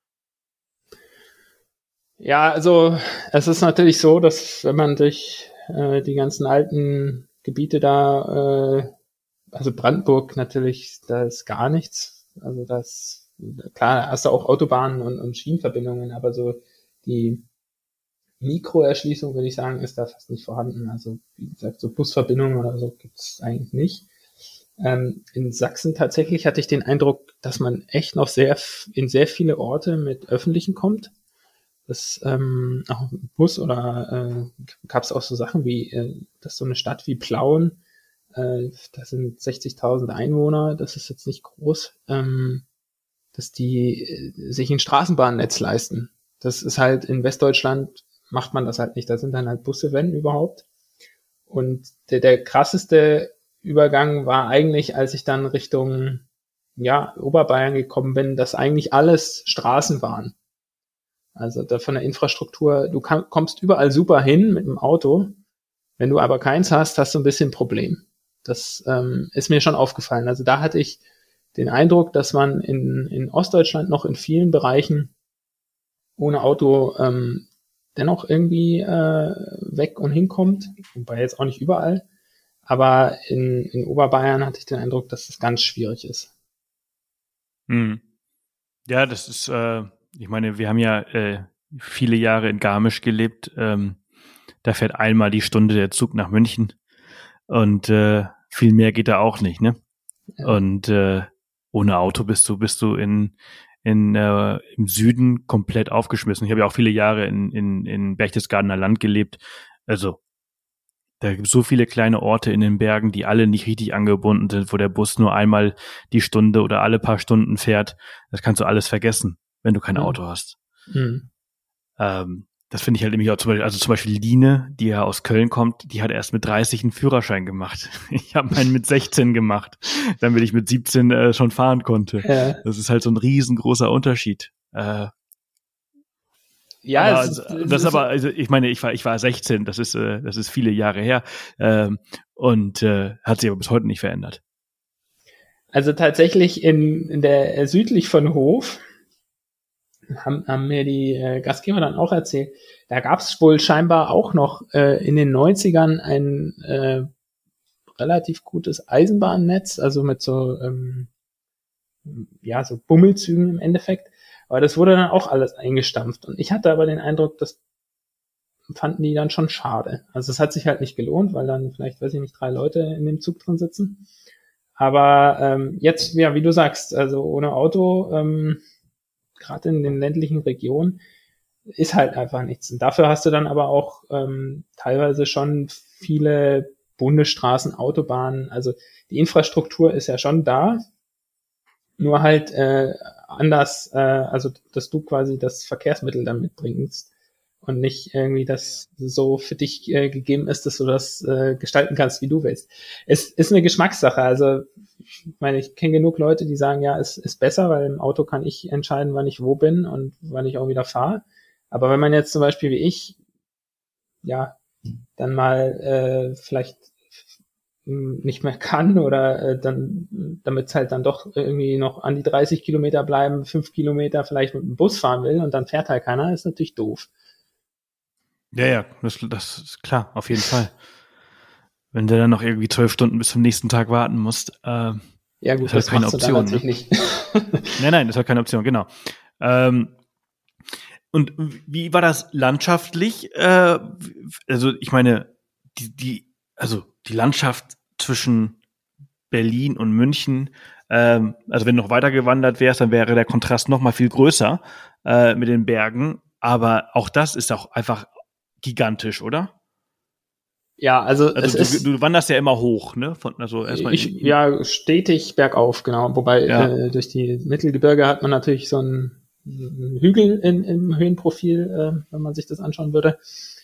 Ja, also es ist natürlich so, dass wenn man durch äh, die ganzen alten Gebiete da, äh, also Brandenburg natürlich, da ist gar nichts. Also das, klar, hast du auch Autobahnen und, und Schienenverbindungen, aber so die Mikroerschließung, würde ich sagen, ist da fast nicht vorhanden. Also wie gesagt, so Busverbindungen oder so gibt's eigentlich nicht. Ähm, in Sachsen tatsächlich hatte ich den Eindruck, dass man echt noch sehr in sehr viele Orte mit Öffentlichen kommt. Das ähm, auch im Bus oder äh, gab es auch so Sachen wie, äh, dass so eine Stadt wie Plauen äh, das sind sechzigtausend Einwohner, das ist jetzt nicht groß, ähm, dass die äh, sich ein Straßenbahnnetz leisten. Das ist halt in Westdeutschland macht man das halt nicht. Da sind dann halt Busse, wenn überhaupt. Und der, der krasseste Übergang war eigentlich, als ich dann Richtung ja Oberbayern gekommen bin, dass eigentlich alles Straßen waren. Also da von der Infrastruktur, du kann, kommst überall super hin mit dem Auto. Wenn du aber keins hast, hast du ein bisschen ein Problem. Das ähm, ist mir schon aufgefallen. Also da hatte ich den Eindruck, dass man in, in Ostdeutschland noch in vielen Bereichen ohne Auto ähm, dennoch irgendwie äh, weg und hinkommt. Wobei jetzt auch nicht überall. Aber in, in Oberbayern hatte ich den Eindruck, dass das ganz schwierig ist. Hm. Ja, das ist, äh, ich meine, wir haben ja äh, viele Jahre in Garmisch gelebt. Ähm, da fährt einmal die Stunde der Zug nach München und äh, viel mehr geht da auch nicht, ne? Ja. Und äh, ohne Auto bist du bist du in in äh, im Süden komplett aufgeschmissen. Ich habe ja auch viele Jahre in in in Berchtesgadener Land gelebt. Also da gibt es so viele kleine Orte in den Bergen, die alle nicht richtig angebunden sind, wo der Bus nur einmal die Stunde oder alle paar Stunden fährt. Das kannst du alles vergessen, wenn du kein mhm. Auto hast. Mhm. Ähm, das finde ich halt nämlich auch zum Beispiel, also zum Beispiel Line, die ja aus Köln kommt, die hat erst mit dreißig einen Führerschein gemacht. Ich habe meinen mit sechzehn gemacht, damit ich mit siebzehn äh, schon fahren konnte. Ja. Das ist halt so ein riesengroßer Unterschied. Äh, Ja, aber, es ist, es das ist aber, also ich meine, ich war, ich war sechzehn, das ist, äh, das ist viele Jahre her, ähm, und äh, hat sich aber bis heute nicht verändert. Also tatsächlich in, in der südlich von Hof haben, haben mir die äh, Gastgeber dann auch erzählt, da gab es wohl scheinbar auch noch äh, in den neunzigern ein äh, relativ gutes Eisenbahnnetz, also mit so ähm, ja so Bummelzügen im Endeffekt. Aber das wurde dann auch alles eingestampft. Und ich hatte aber den Eindruck, das fanden die dann schon schade. Also es hat sich halt nicht gelohnt, weil dann vielleicht, weiß ich nicht, drei Leute in dem Zug drin sitzen. Aber ähm, jetzt, ja, wie du sagst, also ohne Auto, ähm, gerade in den ländlichen Regionen, ist halt einfach nichts. Und dafür hast du dann aber auch ähm, teilweise schon viele Bundesstraßen, Autobahnen. Also die Infrastruktur ist ja schon da, nur halt äh, anders, äh, also dass du quasi das Verkehrsmittel dann mitbringst und nicht irgendwie das so für dich äh, gegeben ist, dass du das äh, gestalten kannst, wie du willst. Es ist eine Geschmackssache. Also ich meine, ich kenne genug Leute, die sagen, ja, es ist besser, weil im Auto kann ich entscheiden, wann ich wo bin und wann ich auch wieder fahre. Aber wenn man jetzt zum Beispiel wie ich, ja, dann mal äh, vielleicht nicht mehr kann oder äh, dann, damit es halt dann doch irgendwie noch an die dreißig Kilometer bleiben, fünf Kilometer vielleicht mit dem Bus fahren will und dann fährt halt keiner, ist natürlich doof. Ja, ja, das, das ist klar, auf jeden Fall. Wenn du dann noch irgendwie zwölf Stunden bis zum nächsten Tag warten musst, äh, ja gut, ist halt das keine Option. Dann natürlich ne? nicht. Nein, nein, das ist halt keine Option, genau. Ähm, und wie war das landschaftlich? Äh, also ich meine, die, die, also die Landschaft zwischen Berlin und München, ähm, also wenn du noch weiter gewandert wärst, dann wäre der Kontrast noch mal viel größer äh, mit den Bergen. Aber auch das ist auch einfach gigantisch, oder? Ja, also, also es du, ist, du wanderst ja immer hoch, ne? Von, also erstmal ich, ja, stetig bergauf, genau. Wobei ja. äh, durch die Mittelgebirge hat man natürlich so einen, einen Hügel in, im Höhenprofil, äh, wenn man sich das anschauen würde.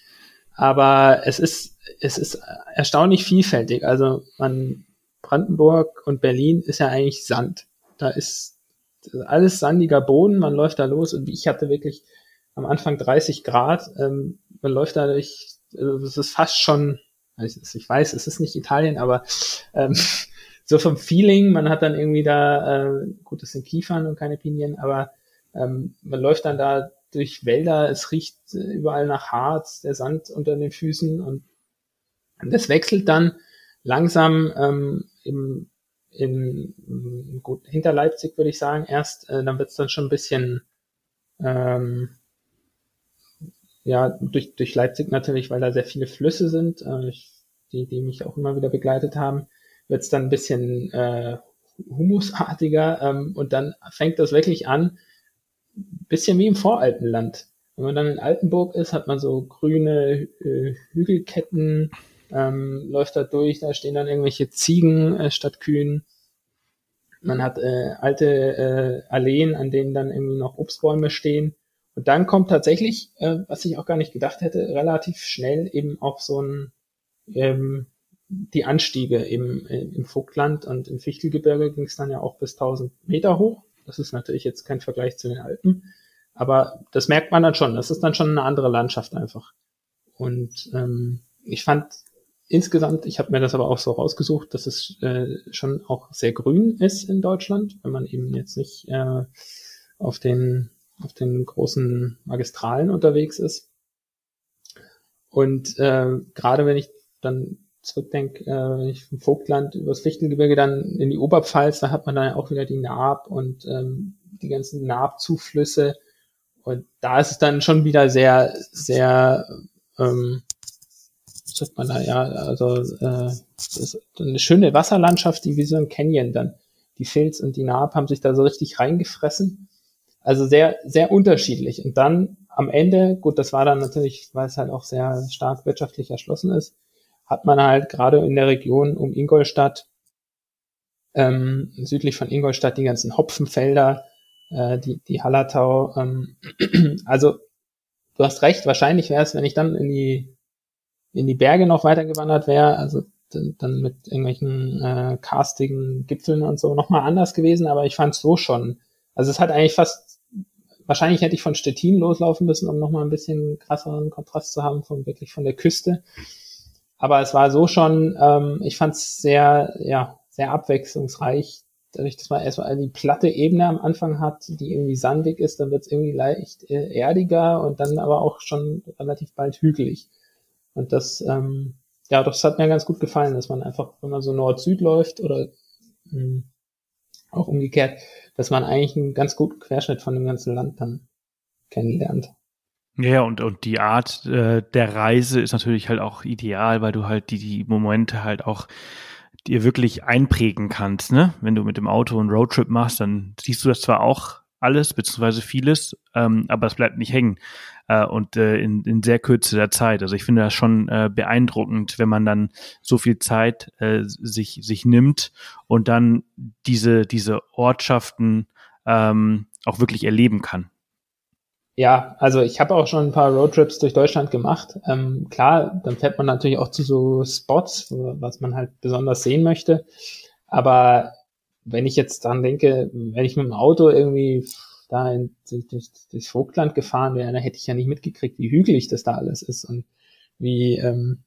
Aber es ist, es ist erstaunlich vielfältig. Also man, Brandenburg und Berlin ist ja eigentlich Sand. Da ist alles sandiger Boden, man läuft da los und ich hatte wirklich am Anfang dreißig Grad, ähm, man läuft da durch, also es ist fast schon, ich weiß, es ist nicht Italien, aber ähm, so vom Feeling, man hat dann irgendwie da, äh, gut, das sind Kiefern und keine Pinien, aber ähm, man läuft dann da durch Wälder, es riecht überall nach Harz, der Sand unter den Füßen und das wechselt dann langsam ähm, im, in, gut, hinter Leipzig würde ich sagen erst, äh, dann wird es dann schon ein bisschen ähm, ja, durch, durch Leipzig natürlich, weil da sehr viele Flüsse sind, äh, die, die mich auch immer wieder begleitet haben, wird es dann ein bisschen äh, humusartiger ähm, und dann fängt das wirklich an, bisschen wie im Voralpenland. Wenn man dann in Altenburg ist, hat man so grüne äh, Hügelketten, ähm, läuft da durch, da stehen dann irgendwelche Ziegen äh, statt Kühen. Man hat äh, alte äh, Alleen, an denen dann irgendwie noch Obstbäume stehen. Und dann kommt tatsächlich, äh, was ich auch gar nicht gedacht hätte, relativ schnell eben auch so ein ähm, die Anstiege im, im Vogtland und im Fichtelgebirge ging es dann ja auch bis tausend Meter hoch. Das ist natürlich jetzt kein Vergleich zu den Alpen, aber das merkt man dann schon. Das ist dann schon eine andere Landschaft einfach. Und ähm, ich fand insgesamt, ich habe mir das aber auch so rausgesucht, dass es äh, schon auch sehr grün ist in Deutschland, wenn man eben jetzt nicht äh, auf den auf den großen Magistralen unterwegs ist. Und äh, gerade wenn ich dann zurückdenke, äh, wenn ich vom Vogtland übers Fichtelgebirge dann in die Oberpfalz, da hat man dann ja auch wieder die Naab und ähm, die ganzen Naabzuflüsse. Und da ist es dann schon wieder sehr, sehr, ähm, was sagt man da, ja, also äh, das ist eine schöne Wasserlandschaft, die wie so ein Canyon dann. Die Filz und die Naab haben sich da so richtig reingefressen. Also sehr, sehr unterschiedlich. Und dann am Ende, gut, das war dann natürlich, weil es halt auch sehr stark wirtschaftlich erschlossen ist, hat man halt gerade in der Region um Ingolstadt, ähm, südlich von Ingolstadt, die ganzen Hopfenfelder, äh, die, die Hallertau. Ähm, also du hast recht, wahrscheinlich wäre es, wenn ich dann in die in die Berge noch weitergewandert wäre, also dann, dann mit irgendwelchen äh, karstigen Gipfeln und so, nochmal anders gewesen, aber ich fand es so schon. Also es hat eigentlich fast, wahrscheinlich hätte ich von Stettin loslaufen müssen, um nochmal ein bisschen krasseren Kontrast zu haben, von wirklich von der Küste. Aber es war so schon, ähm, ich fand es sehr, ja, sehr abwechslungsreich, dadurch, dass man erstmal die platte Ebene am Anfang hat, die irgendwie sandig ist, dann wird es irgendwie leicht äh, erdiger und dann aber auch schon relativ bald hügelig. Und das, ähm, ja, das hat mir ganz gut gefallen, dass man einfach, wenn man so Nord-Süd läuft oder mh, auch umgekehrt, dass man eigentlich einen ganz guten Querschnitt von dem ganzen Land dann kennenlernt. Ja, und, und die Art äh, der Reise ist natürlich halt auch ideal, weil du halt die, die Momente halt auch dir wirklich einprägen kannst, ne? Wenn du mit dem Auto einen Roadtrip machst, dann siehst du das zwar auch alles, beziehungsweise vieles, ähm, aber es bleibt nicht hängen äh, und äh, in, in sehr kürzester Zeit. Also ich finde das schon äh, beeindruckend, wenn man dann so viel Zeit äh, sich sich nimmt und dann diese diese Ortschaften ähm, auch wirklich erleben kann. Ja, also ich habe auch schon ein paar Roadtrips durch Deutschland gemacht. Ähm, klar, dann fährt man natürlich auch zu so Spots, was man halt besonders sehen möchte. Aber wenn ich jetzt dran denke, wenn ich mit dem Auto irgendwie da in, durch, durchs Vogtland gefahren wäre, dann hätte ich ja nicht mitgekriegt, wie hügelig das da alles ist und wie ähm,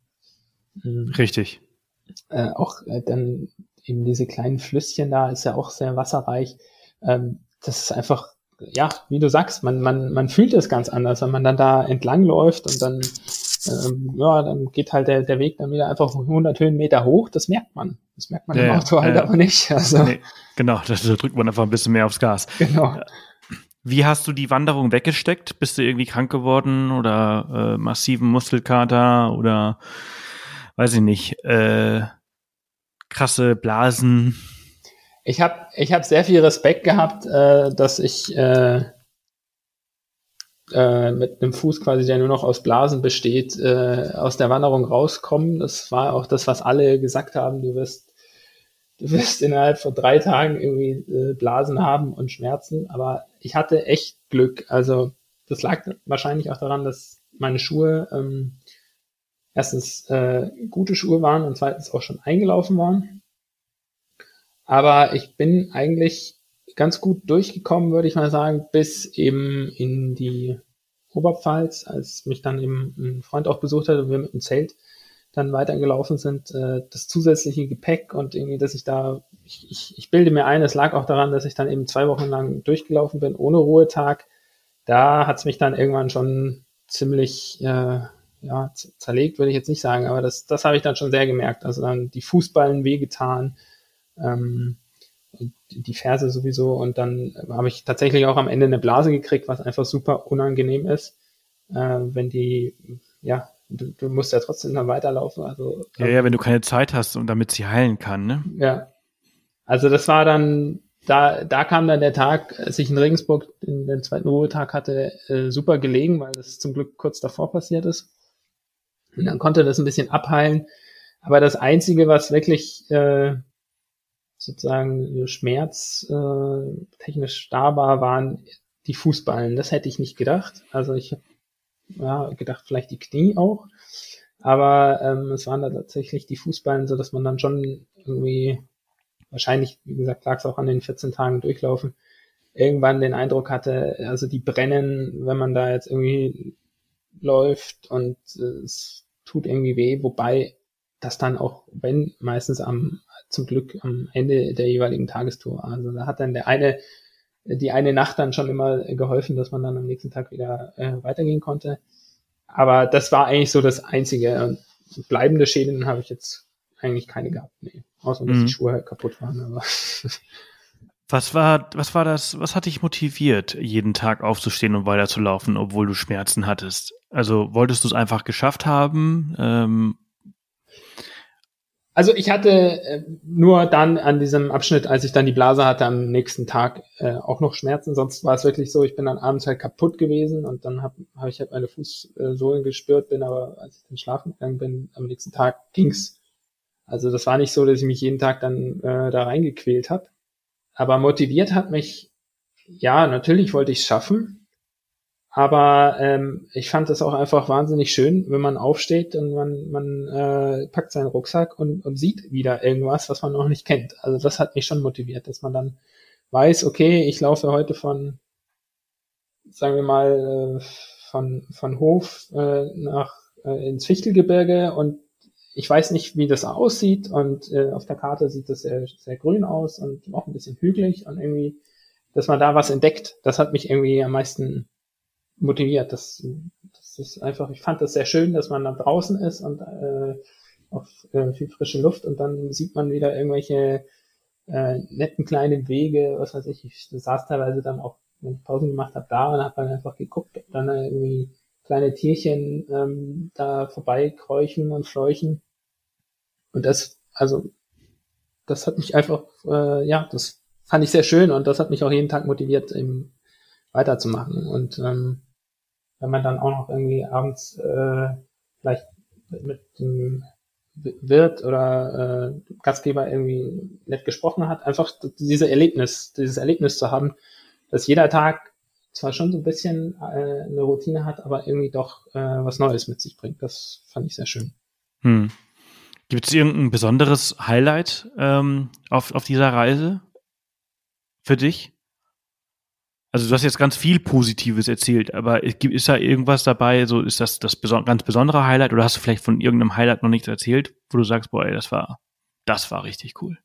richtig äh, auch äh, dann eben diese kleinen Flüsschen da ist ja auch sehr wasserreich. Ähm, das ist einfach, ja, wie du sagst, man man man fühlt es ganz anders, wenn man dann da entlang läuft und dann ähm, ja, dann geht halt der der Weg dann wieder einfach hundert Höhenmeter hoch. Das merkt man. Das merkt man ja, im Auto halt äh, aber nicht. Also nee, genau, da drückt man einfach ein bisschen mehr aufs Gas. Genau. Wie hast du die Wanderung weggesteckt? Bist du irgendwie krank geworden oder äh, massiven Muskelkater oder weiß ich nicht, äh, krasse Blasen? Ich habe ich hab sehr viel Respekt gehabt, äh, dass ich äh, äh, mit einem Fuß quasi, der nur noch aus Blasen besteht, äh, aus der Wanderung rauskomme. Das war auch das, was alle gesagt haben. Du wirst, du wirst innerhalb von drei Tagen irgendwie äh, Blasen haben und Schmerzen. Aber ich hatte echt Glück. Also das lag wahrscheinlich auch daran, dass meine Schuhe ähm, erstens äh, gute Schuhe waren und zweitens auch schon eingelaufen waren. Aber ich bin eigentlich ganz gut durchgekommen, würde ich mal sagen, bis eben in die Oberpfalz, als mich dann eben ein Freund auch besucht hat und wir mit dem Zelt dann weitergelaufen sind, äh, das zusätzliche Gepäck und irgendwie, dass ich da, ich, ich, ich bilde mir ein, es lag auch daran, dass ich dann eben zwei Wochen lang durchgelaufen bin, ohne Ruhetag. Da hat's mich dann irgendwann schon ziemlich äh, ja, zerlegt, würde ich jetzt nicht sagen, aber das, das habe ich dann schon sehr gemerkt. Also dann die Fußballen wehgetan, ähm, die Ferse sowieso und dann habe ich tatsächlich auch am Ende eine Blase gekriegt, was einfach super unangenehm ist, äh, wenn die, ja, du, du musst ja trotzdem dann weiterlaufen. Also, Ja, ja, wenn du keine Zeit hast und damit sie heilen kann, ne? Ja, also das war dann, da, da kam dann der Tag, als ich in Regensburg in den zweiten Ruhetag hatte, äh, super gelegen, weil das zum Glück kurz davor passiert ist. Und dann konnte das ein bisschen abheilen. Aber das Einzige, was wirklich äh, sozusagen Schmerz äh, technisch da war, waren die Fußballen. Das hätte ich nicht gedacht. Also ich habe ja, gedacht, vielleicht die Knie auch. Aber ähm, es waren da tatsächlich die Fußballen, so dass man dann schon irgendwie, wahrscheinlich, wie gesagt, lag es auch an den vierzehn Tagen Durchlaufen, irgendwann den Eindruck hatte, also die brennen, wenn man da jetzt irgendwie läuft und äh, es tut irgendwie weh, wobei das dann auch, wenn, meistens am, zum Glück am Ende der jeweiligen Tagestour. Also da hat dann der eine, die eine Nacht dann schon immer geholfen, dass man dann am nächsten Tag wieder äh, weitergehen konnte. Aber das war eigentlich so das Einzige. Und bleibende Schäden habe ich jetzt eigentlich keine gehabt. Nee. Außer, dass Mhm. die Schuhe halt kaputt waren. Aber Was war, was war das, was hat dich motiviert, jeden Tag aufzustehen und weiterzulaufen, obwohl du Schmerzen hattest? Also wolltest du es einfach geschafft haben? Ähm Also ich hatte äh, nur dann an diesem Abschnitt, als ich dann die Blase hatte, am nächsten Tag äh, auch noch Schmerzen. Sonst war es wirklich so, ich bin dann abends halt kaputt gewesen und dann habe hab ich halt meine Fußsohlen gespürt, bin aber, als ich dann schlafen gegangen bin, am nächsten Tag ging's. Also das war nicht so, dass ich mich jeden Tag dann äh, da reingequält habe. Aber motiviert hat mich, ja, natürlich wollte ich es schaffen. Aber ähm, ich fand es auch einfach wahnsinnig schön, wenn man aufsteht und man, man äh, packt seinen Rucksack und, und sieht wieder irgendwas, was man noch nicht kennt. Also das hat mich schon motiviert, dass man dann weiß, okay, ich laufe heute von, sagen wir mal, äh, von, von Hof äh, nach äh, ins Fichtelgebirge und ich weiß nicht, wie das aussieht und äh, auf der Karte sieht das sehr, sehr grün aus und auch ein bisschen hügelig und irgendwie, dass man da was entdeckt, das hat mich irgendwie am meisten motiviert. Das, das ist einfach, ich fand das sehr schön, dass man da draußen ist und äh, auf äh, viel frische Luft und dann sieht man wieder irgendwelche äh, netten kleinen Wege, was weiß ich, ich saß teilweise dann auch, wenn ich Pausen gemacht habe, da und habe dann einfach geguckt, ob dann irgendwie kleine Tierchen ähm, da vorbeikräuchen und fleuchen und das, also das hat mich einfach, äh, ja, das fand ich sehr schön und das hat mich auch jeden Tag motiviert, eben weiterzumachen. Und ähm, wenn man dann auch noch irgendwie abends äh, vielleicht mit dem Wirt oder äh, Gastgeber irgendwie nett gesprochen hat, einfach diese Erlebnis, dieses Erlebnis zu haben, dass jeder Tag zwar schon so ein bisschen äh, eine Routine hat, aber irgendwie doch äh, was Neues mit sich bringt. Das fand ich sehr schön. Hm. Gibt es irgendein besonderes Highlight ähm, auf, auf dieser Reise für dich? Also du hast jetzt ganz viel Positives erzählt, aber ist da irgendwas dabei, so ist das das beson- ganz besondere Highlight oder hast du vielleicht von irgendeinem Highlight noch nichts erzählt, wo du sagst, boah, ey, das war, das war richtig cool?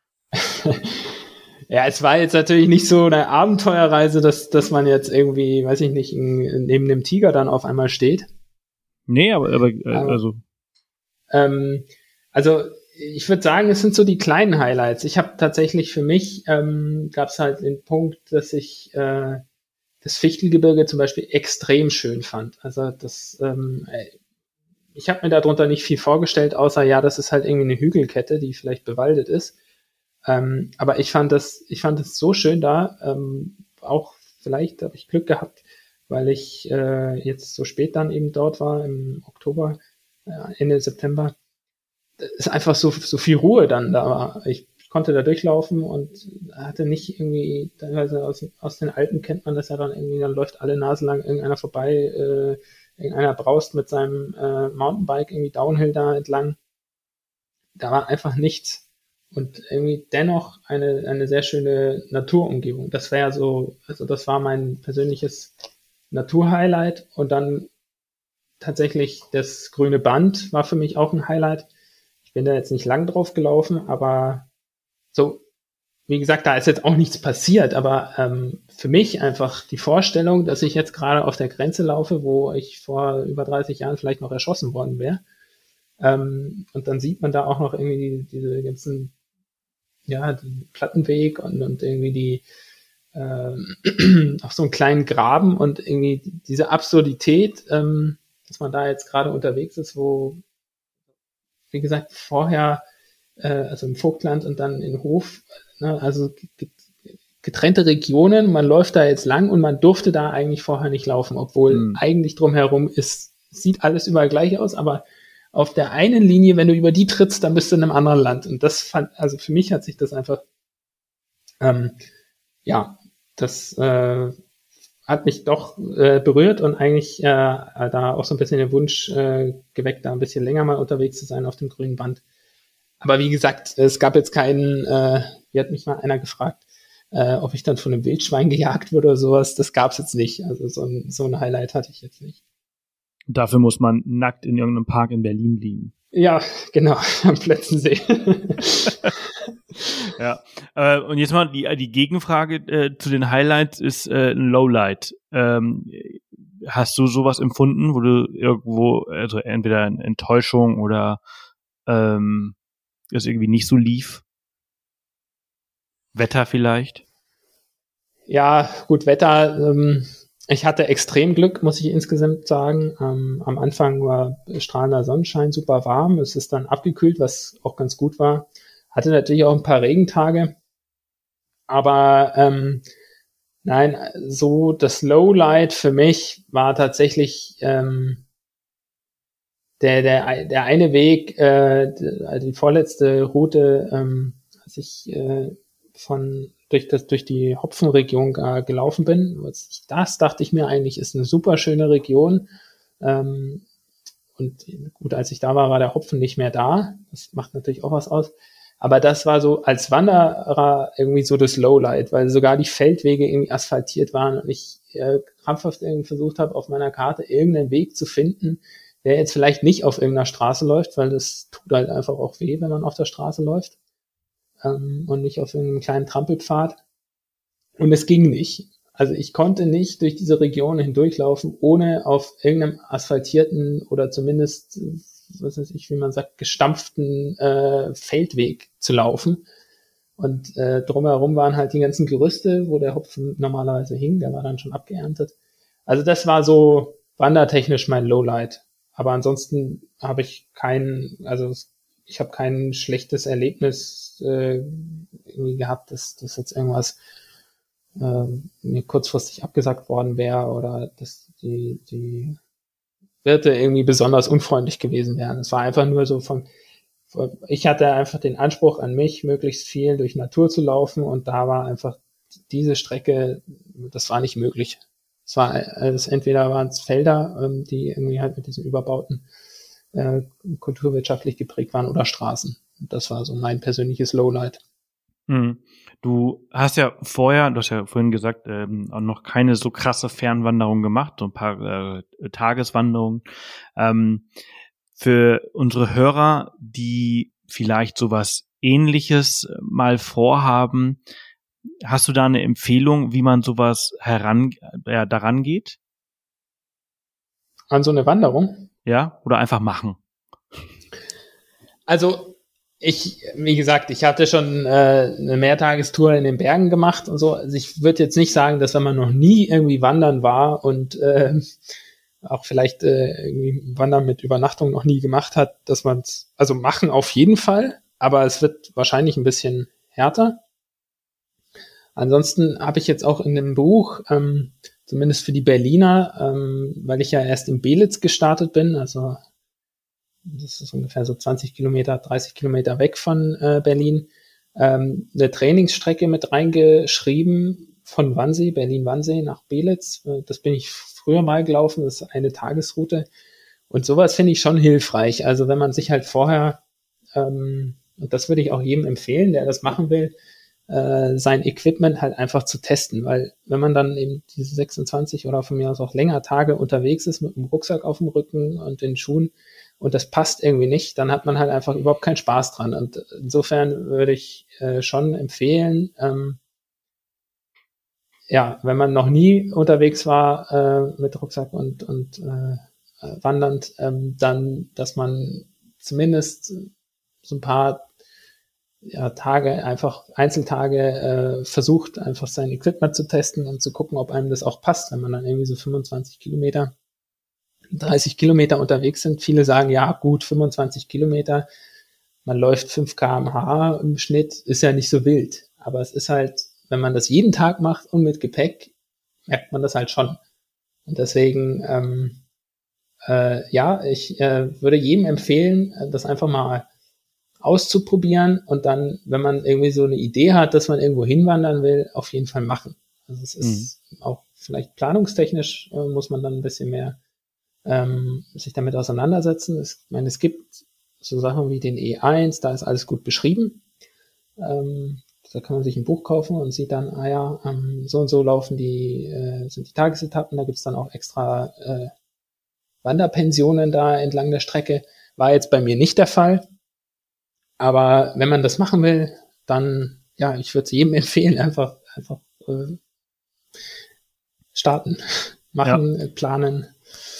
Ja, es war jetzt natürlich nicht so eine Abenteuerreise, dass, dass man jetzt irgendwie, weiß ich nicht, in, neben dem Tiger dann auf einmal steht. Nee, aber, aber äh, also. Ähm, also ich würde sagen, es sind so die kleinen Highlights. Ich habe tatsächlich für mich, ähm, gab es halt den Punkt, dass ich äh, das Fichtelgebirge zum Beispiel extrem schön fand. Also das, ähm, ich habe mir darunter nicht viel vorgestellt, außer ja, das ist halt irgendwie eine Hügelkette, die vielleicht bewaldet ist. Ähm, aber ich fand das, ich fand es so schön da. Ähm, auch vielleicht habe ich Glück gehabt, weil ich äh, jetzt so spät dann eben dort war, im Oktober, äh, Ende September. Es ist einfach so, so viel Ruhe dann da war. Ich konnte da durchlaufen und hatte nicht irgendwie, teilweise aus, aus den Alpen kennt man das ja dann irgendwie, dann läuft alle Nase lang irgendeiner vorbei, äh, irgendeiner braust mit seinem äh, Mountainbike irgendwie Downhill da entlang. Da war einfach nichts. Und irgendwie dennoch eine, eine sehr schöne Naturumgebung. Das wäre so, also das war mein persönliches Naturhighlight. Und dann tatsächlich das grüne Band war für mich auch ein Highlight. Ich bin da jetzt nicht lang drauf gelaufen, aber so, wie gesagt, da ist jetzt auch nichts passiert, aber ähm, für mich einfach die Vorstellung, dass ich jetzt gerade auf der Grenze laufe, wo ich vor über dreißig Jahren vielleicht noch erschossen worden wäre. Ähm, und dann sieht man da auch noch irgendwie die, diese ganzen, ja, den Plattenweg und, und irgendwie die ähm, auf so einen kleinen Graben und irgendwie diese Absurdität, ähm, dass man da jetzt gerade unterwegs ist, wo, wie gesagt, vorher, äh, also im Vogtland und dann in Hof, ne, also getrennte Regionen, man läuft da jetzt lang und man durfte da eigentlich vorher nicht laufen, obwohl mhm. eigentlich drumherum ist, sieht alles überall gleich aus, aber auf der einen Linie, wenn du über die trittst, dann bist du in einem anderen Land. Und das fand, also für mich hat sich das einfach, ähm, ja, das äh, hat mich doch äh, berührt und eigentlich äh, da auch so ein bisschen den Wunsch äh, geweckt, da ein bisschen länger mal unterwegs zu sein auf dem grünen Band. Aber wie gesagt, es gab jetzt keinen, äh, wie hat mich mal einer gefragt, äh, ob ich dann von einem Wildschwein gejagt wurde oder sowas. Das gab's jetzt nicht. Also so ein, so ein Highlight hatte ich jetzt nicht. Dafür muss man nackt in irgendeinem Park in Berlin liegen. Ja, genau, am Plötzensee. Ja, äh, und jetzt mal die, die Gegenfrage äh, zu den Highlights ist äh, ein Lowlight. Ähm, hast du sowas empfunden, wo du irgendwo, also entweder eine Enttäuschung oder ähm, es irgendwie nicht so lief? Wetter vielleicht? Ja, gut, Wetter. Ähm, ich hatte extrem Glück, muss ich insgesamt sagen. Ähm, am Anfang war strahlender Sonnenschein, super warm. Es ist dann abgekühlt, was auch ganz gut war. Hatte natürlich auch ein paar Regentage. Aber ähm, nein, so das Lowlight für mich war tatsächlich ähm, der, der, der eine Weg, äh, die vorletzte Route, ähm, als ich äh, von durch das durch die Hopfenregion äh, gelaufen bin. Das dachte ich mir eigentlich ist eine super schöne Region. Ähm, und gut, als ich da war, war der Hopfen nicht mehr da. Das macht natürlich auch was aus. Aber das war so als Wanderer irgendwie so das Lowlight, weil sogar die Feldwege irgendwie asphaltiert waren und ich äh, krampfhaft irgendwie versucht habe, auf meiner Karte irgendeinen Weg zu finden, der jetzt vielleicht nicht auf irgendeiner Straße läuft, weil das tut halt einfach auch weh, wenn man auf der Straße läuft ähm, und nicht auf irgendeinem kleinen Trampelpfad. Und es ging nicht. Also ich konnte nicht durch diese Region hindurchlaufen, ohne auf irgendeinem asphaltierten oder zumindest, was weiß ich, wie man sagt, gestampften äh, Feldweg zu laufen. Und äh, drumherum waren halt die ganzen Gerüste, wo der Hopfen normalerweise hing, der war dann schon abgeerntet. Also das war so wandertechnisch mein Lowlight. Aber ansonsten habe ich kein, also ich habe kein schlechtes Erlebnis äh, irgendwie gehabt, dass das jetzt irgendwas äh, mir kurzfristig abgesagt worden wäre oder dass die die Wirte irgendwie besonders unfreundlich gewesen wären. Es war einfach nur so von, ich hatte einfach den Anspruch an mich, möglichst viel durch Natur zu laufen und da war einfach diese Strecke, das war nicht möglich. Es war, also entweder waren es Felder, ähm, die irgendwie halt mit diesen Überbauten äh, kulturwirtschaftlich geprägt waren oder Straßen. Und das war so mein persönliches Lowlight. Hm. Du hast ja vorher, du hast ja vorhin gesagt, ähm, auch noch keine so krasse Fernwanderung gemacht, so ein paar äh, Tageswanderungen. Ähm, für unsere Hörer, die vielleicht sowas Ähnliches mal vorhaben, hast du da eine Empfehlung, wie man sowas heran, ja, daran geht? An so eine Wanderung? Ja, oder einfach machen? Also ich, wie gesagt, ich hatte schon äh, eine Mehrtagestour in den Bergen gemacht und so. Also ich würde jetzt nicht sagen, dass wenn man noch nie irgendwie wandern war und äh, auch vielleicht äh, irgendwie Wandern mit Übernachtung noch nie gemacht hat, dass man es, also machen auf jeden Fall, aber es wird wahrscheinlich ein bisschen härter. Ansonsten habe ich jetzt auch in dem Buch, ähm, zumindest für die Berliner, ähm, weil ich ja erst in Belitz gestartet bin, also das ist ungefähr so zwanzig Kilometer, dreißig Kilometer weg von äh, Berlin, ähm, eine Trainingsstrecke mit reingeschrieben von Wannsee, Berlin-Wannsee nach Belitz. Äh, das bin ich früher mal gelaufen, das ist eine Tagesroute. Und sowas finde ich schon hilfreich. Also wenn man sich halt vorher, ähm, und das würde ich auch jedem empfehlen, der das machen will, äh, sein Equipment halt einfach zu testen. Weil wenn man dann eben diese sechsundzwanzig oder von mir aus auch länger Tage unterwegs ist mit dem Rucksack auf dem Rücken und den Schuhen, und das passt irgendwie nicht, dann hat man halt einfach überhaupt keinen Spaß dran. Und insofern würde ich äh, schon empfehlen, ähm, ja, wenn man noch nie unterwegs war äh, mit Rucksack und, und äh, wandernd, ähm, dann, dass man zumindest so ein paar ja, Tage, einfach Einzeltage äh, versucht, einfach sein Equipment zu testen und zu gucken, ob einem das auch passt, wenn man dann irgendwie so fünfundzwanzig Kilometer dreißig Kilometer unterwegs sind. Viele sagen, ja gut, fünfundzwanzig Kilometer, man läuft fünf Kilometer pro Stunde im Schnitt, ist ja nicht so wild. Aber es ist halt, wenn man das jeden Tag macht und mit Gepäck, merkt man das halt schon. Und deswegen ähm, äh, ja, ich äh, würde jedem empfehlen, das einfach mal auszuprobieren und dann, wenn man irgendwie so eine Idee hat, dass man irgendwo hinwandern will, auf jeden Fall machen. Also es ist mhm. auch vielleicht planungstechnisch äh, muss man dann ein bisschen mehr ähm, sich damit auseinandersetzen. Es, ich meine, es gibt so Sachen wie den E eins, da ist alles gut beschrieben. Ähm, da kann man sich ein Buch kaufen und sieht dann, ah ja, ähm, so und so laufen die, äh, sind die Tagesetappen, da gibt's dann auch extra äh, Wanderpensionen da entlang der Strecke. War jetzt bei mir nicht der Fall. Aber wenn man das machen will, dann, ja, ich würde es jedem empfehlen, einfach, einfach äh, starten, machen, ja. äh, planen.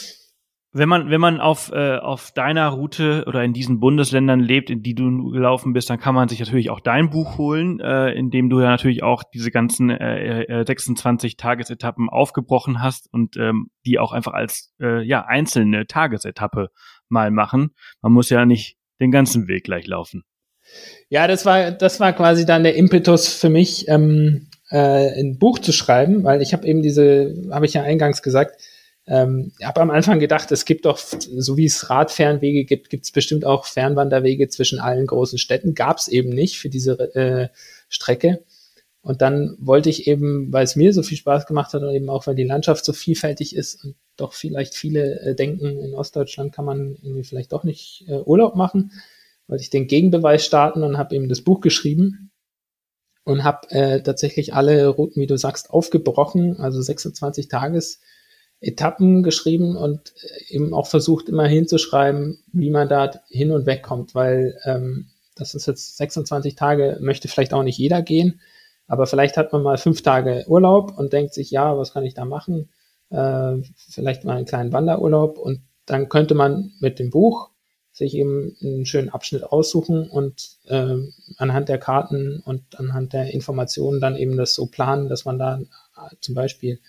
Wenn man, wenn man auf, äh, auf deiner Route oder in diesen Bundesländern lebt, in die du gelaufen bist, dann kann man sich natürlich auch dein Buch holen, äh, in dem du ja natürlich auch diese ganzen äh, äh, sechsundzwanzig Tagesetappen aufgebrochen hast und ähm, die auch einfach als äh, ja einzelne Tagesetappe mal machen. Man muss ja nicht den ganzen Weg gleich laufen. Ja, das war, das war quasi dann der Impetus für mich, ähm, äh, ein Buch zu schreiben, weil ich habe eben diese, habe ich ja eingangs gesagt, ähm, ich habe am Anfang gedacht, es gibt doch, so wie es Radfernwege gibt, gibt es bestimmt auch Fernwanderwege zwischen allen großen Städten. Gab es eben nicht für diese äh, Strecke. Und dann wollte ich eben, weil es mir so viel Spaß gemacht hat und eben auch, weil die Landschaft so vielfältig ist und doch vielleicht viele äh, denken, in Ostdeutschland kann man irgendwie vielleicht doch nicht äh, Urlaub machen, wollte ich den Gegenbeweis starten und habe eben das Buch geschrieben und habe äh, tatsächlich alle Routen, wie du sagst, aufgebrochen, also sechsundzwanzig Tagesetappen geschrieben und eben auch versucht, immer hinzuschreiben, wie man da hin und weg kommt, weil ähm, das ist jetzt sechsundzwanzig Tage, möchte vielleicht auch nicht jeder gehen, aber vielleicht hat man mal fünf Tage Urlaub und denkt sich, ja, was kann ich da machen? Äh, vielleicht mal einen kleinen Wanderurlaub und dann könnte man mit dem Buch sich eben einen schönen Abschnitt aussuchen und äh, anhand der Karten und anhand der Informationen dann eben das so planen, dass man da äh, zum Beispiel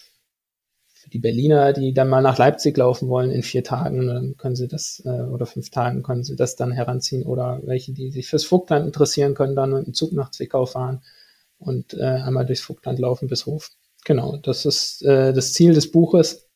für die Berliner, die dann mal nach Leipzig laufen wollen in vier Tagen, dann können sie das, äh, oder fünf Tagen können sie das dann heranziehen, oder welche, die sich fürs Vogtland interessieren, können dann mit dem Zug nach Zwickau fahren und äh, einmal durchs Vogtland laufen bis Hof. Genau, das ist äh, das Ziel des Buches.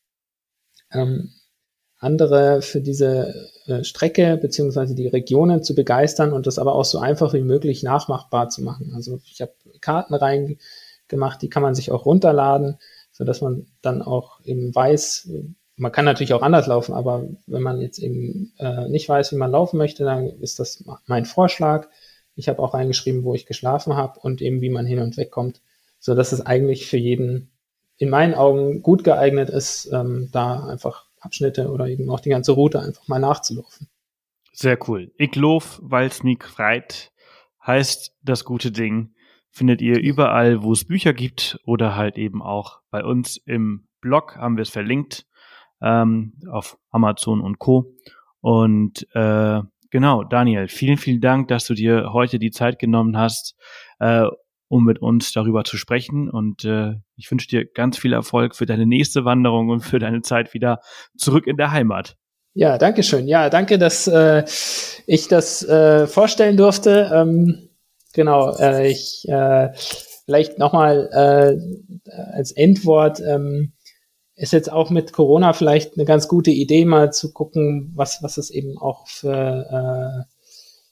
Ähm, andere für diese äh, Strecke beziehungsweise die Regionen zu begeistern und das aber auch so einfach wie möglich nachmachbar zu machen. Also ich habe Karten reingemacht, die kann man sich auch runterladen, so dass man dann auch eben weiß, man kann natürlich auch anders laufen, aber wenn man jetzt eben äh, nicht weiß, wie man laufen möchte, dann ist das mein Vorschlag. Ich habe auch reingeschrieben, wo ich geschlafen habe und eben wie man hin und weg kommt, so dass es eigentlich für jeden in meinen Augen gut geeignet ist, ähm, da einfach Abschnitte oder eben auch die ganze Route einfach mal nachzulaufen. Sehr cool. Ich lauf, weil's mich freit, heißt das gute Ding. Findet ihr überall, wo es Bücher gibt oder halt eben auch bei uns im Blog, haben wir es verlinkt, ähm, auf Amazon und Co. Und äh, genau, Daniel, vielen, vielen Dank, dass du dir heute die Zeit genommen hast, äh, um mit uns darüber zu sprechen. Und äh, ich wünsche dir ganz viel Erfolg für deine nächste Wanderung und für deine Zeit wieder zurück in der Heimat. Ja, danke schön. Ja, danke, dass äh, ich das äh, vorstellen durfte. Ähm, genau, äh, ich äh, vielleicht nochmal äh, als Endwort, ähm, ist jetzt auch mit Corona vielleicht eine ganz gute Idee, mal zu gucken, was, was es eben auch für äh,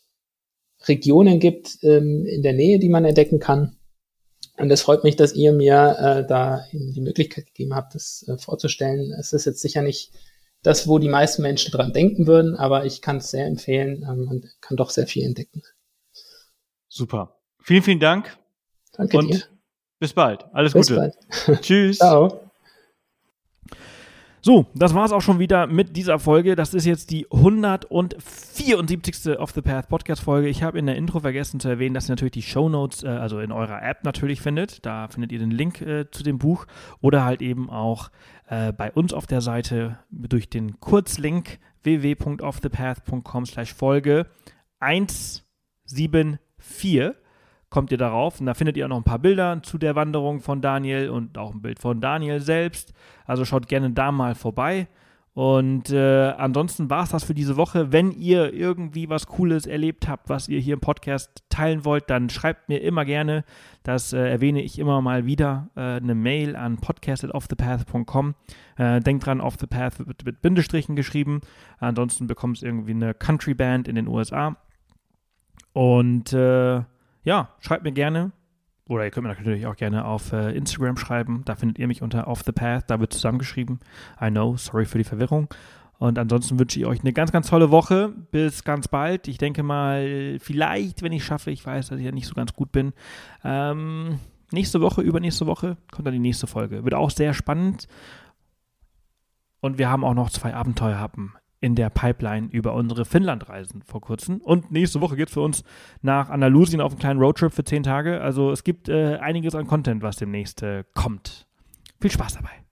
Regionen gibt ähm, in der Nähe, die man entdecken kann. Und es freut mich, dass ihr mir äh, da die Möglichkeit gegeben habt, das äh, vorzustellen. Es ist jetzt sicher nicht das, wo die meisten Menschen dran denken würden, aber ich kann es sehr empfehlen ähm, und kann doch sehr viel entdecken. Super. Vielen, vielen Dank. Danke und dir. Bis bald. Alles bis Gute. Bald. Tschüss. Ciao. So, das war's auch schon wieder mit dieser Folge. Das ist jetzt die hundertvierundsiebzigste Off the Path Podcast Folge. Ich habe in der Intro vergessen zu erwähnen, dass ihr natürlich die Shownotes, äh, also in eurer App natürlich findet. Da findet ihr den Link äh, zu dem Buch oder halt eben auch äh, bei uns auf der Seite durch den Kurzlink w w w punkt off the path punkt com slash Folge hundertvierundsiebzig. Kommt ihr darauf und da findet ihr auch noch ein paar Bilder zu der Wanderung von Daniel und auch ein Bild von Daniel selbst. Also schaut gerne da mal vorbei Und äh, ansonsten war es das für diese Woche. Wenn ihr irgendwie was Cooles erlebt habt, was ihr hier im Podcast teilen wollt, dann schreibt mir immer gerne, das äh, erwähne ich immer mal wieder, äh, eine Mail an podcast at offthepath punkt com. Äh, denkt dran, Off the Path wird mit Bindestrichen geschrieben. Ansonsten bekommt es irgendwie eine Country Band in den U S A. Und äh, ja, schreibt mir gerne. Oder ihr könnt mir natürlich auch gerne auf äh, Instagram schreiben. Da findet ihr mich unter Off the Path. Da wird zusammengeschrieben. I know, sorry für die Verwirrung. Und ansonsten wünsche ich euch eine ganz, ganz tolle Woche. Bis ganz bald. Ich denke mal, vielleicht, wenn ich schaffe, ich weiß, dass ich ja nicht so ganz gut bin. Ähm, nächste Woche, übernächste Woche kommt dann die nächste Folge. Wird auch sehr spannend. Und wir haben auch noch zwei Abenteuerhappen in der Pipeline über unsere Finnlandreisen vor kurzem. Und nächste Woche geht es für uns nach Andalusien auf einen kleinen Roadtrip für zehn Tage. Also es gibt äh, einiges an Content, was demnächst äh, kommt. Viel Spaß dabei.